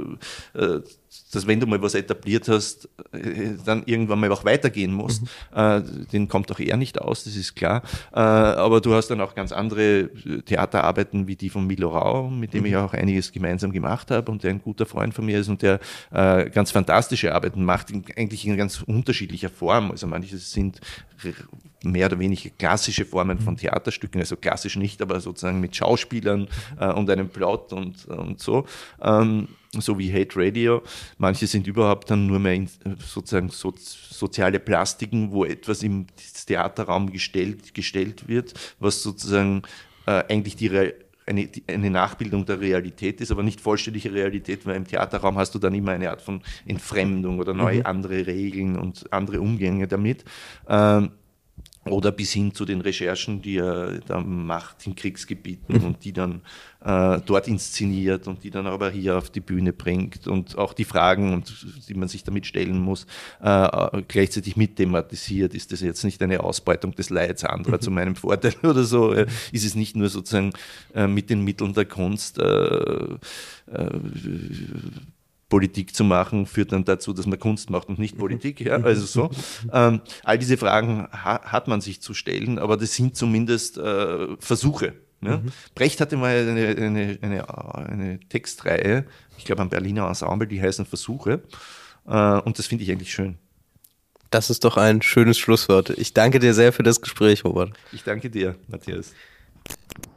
wenn du mal was etabliert hast, dann irgendwann mal auch weitergehen musst, den kommt auch er nicht aus, das ist klar. Aber du hast dann auch ganz andere Theaterarbeiten wie die von Milo Rau, mit dem ich auch einiges gemeinsam gemacht habe und der ein guter Freund von mir ist und der ganz fantastische Arbeiten macht, eigentlich in ganz unterschiedlicher Form. Also manche sind mehr oder weniger klassische Formen von Theaterstücken, also klassisch nicht, aber sozusagen mit Schauspielern und einem Plot und so. So wie Hate Radio. Manche sind überhaupt dann nur mehr sozusagen soziale Plastiken, wo etwas im Theaterraum gestellt wird, was sozusagen eigentlich eine Nachbildung der Realität ist, aber nicht vollständige Realität, weil im Theaterraum hast du dann immer eine Art von Entfremdung oder neue andere Regeln und andere Umgänge damit. Oder bis hin zu den Recherchen, die er da macht in Kriegsgebieten und die dann dort inszeniert und die dann aber hier auf die Bühne bringt und auch die Fragen, die man sich damit stellen muss, gleichzeitig mit thematisiert. Ist das jetzt nicht eine Ausbeutung des Leids anderer zu meinem Vorteil oder so? Ist es nicht nur sozusagen mit den Mitteln der Kunst Politik zu machen, führt dann dazu, dass man Kunst macht und nicht Politik. Ja? Also so. All diese Fragen hat man sich zu stellen, aber das sind zumindest Versuche. Ja? Brecht hatte mal eine Textreihe, ich glaube am Berliner Ensemble, die heißen Versuche. Und das finde ich eigentlich schön. Das ist doch ein schönes Schlusswort. Ich danke dir sehr für das Gespräch, Robert. Ich danke dir, Matthias.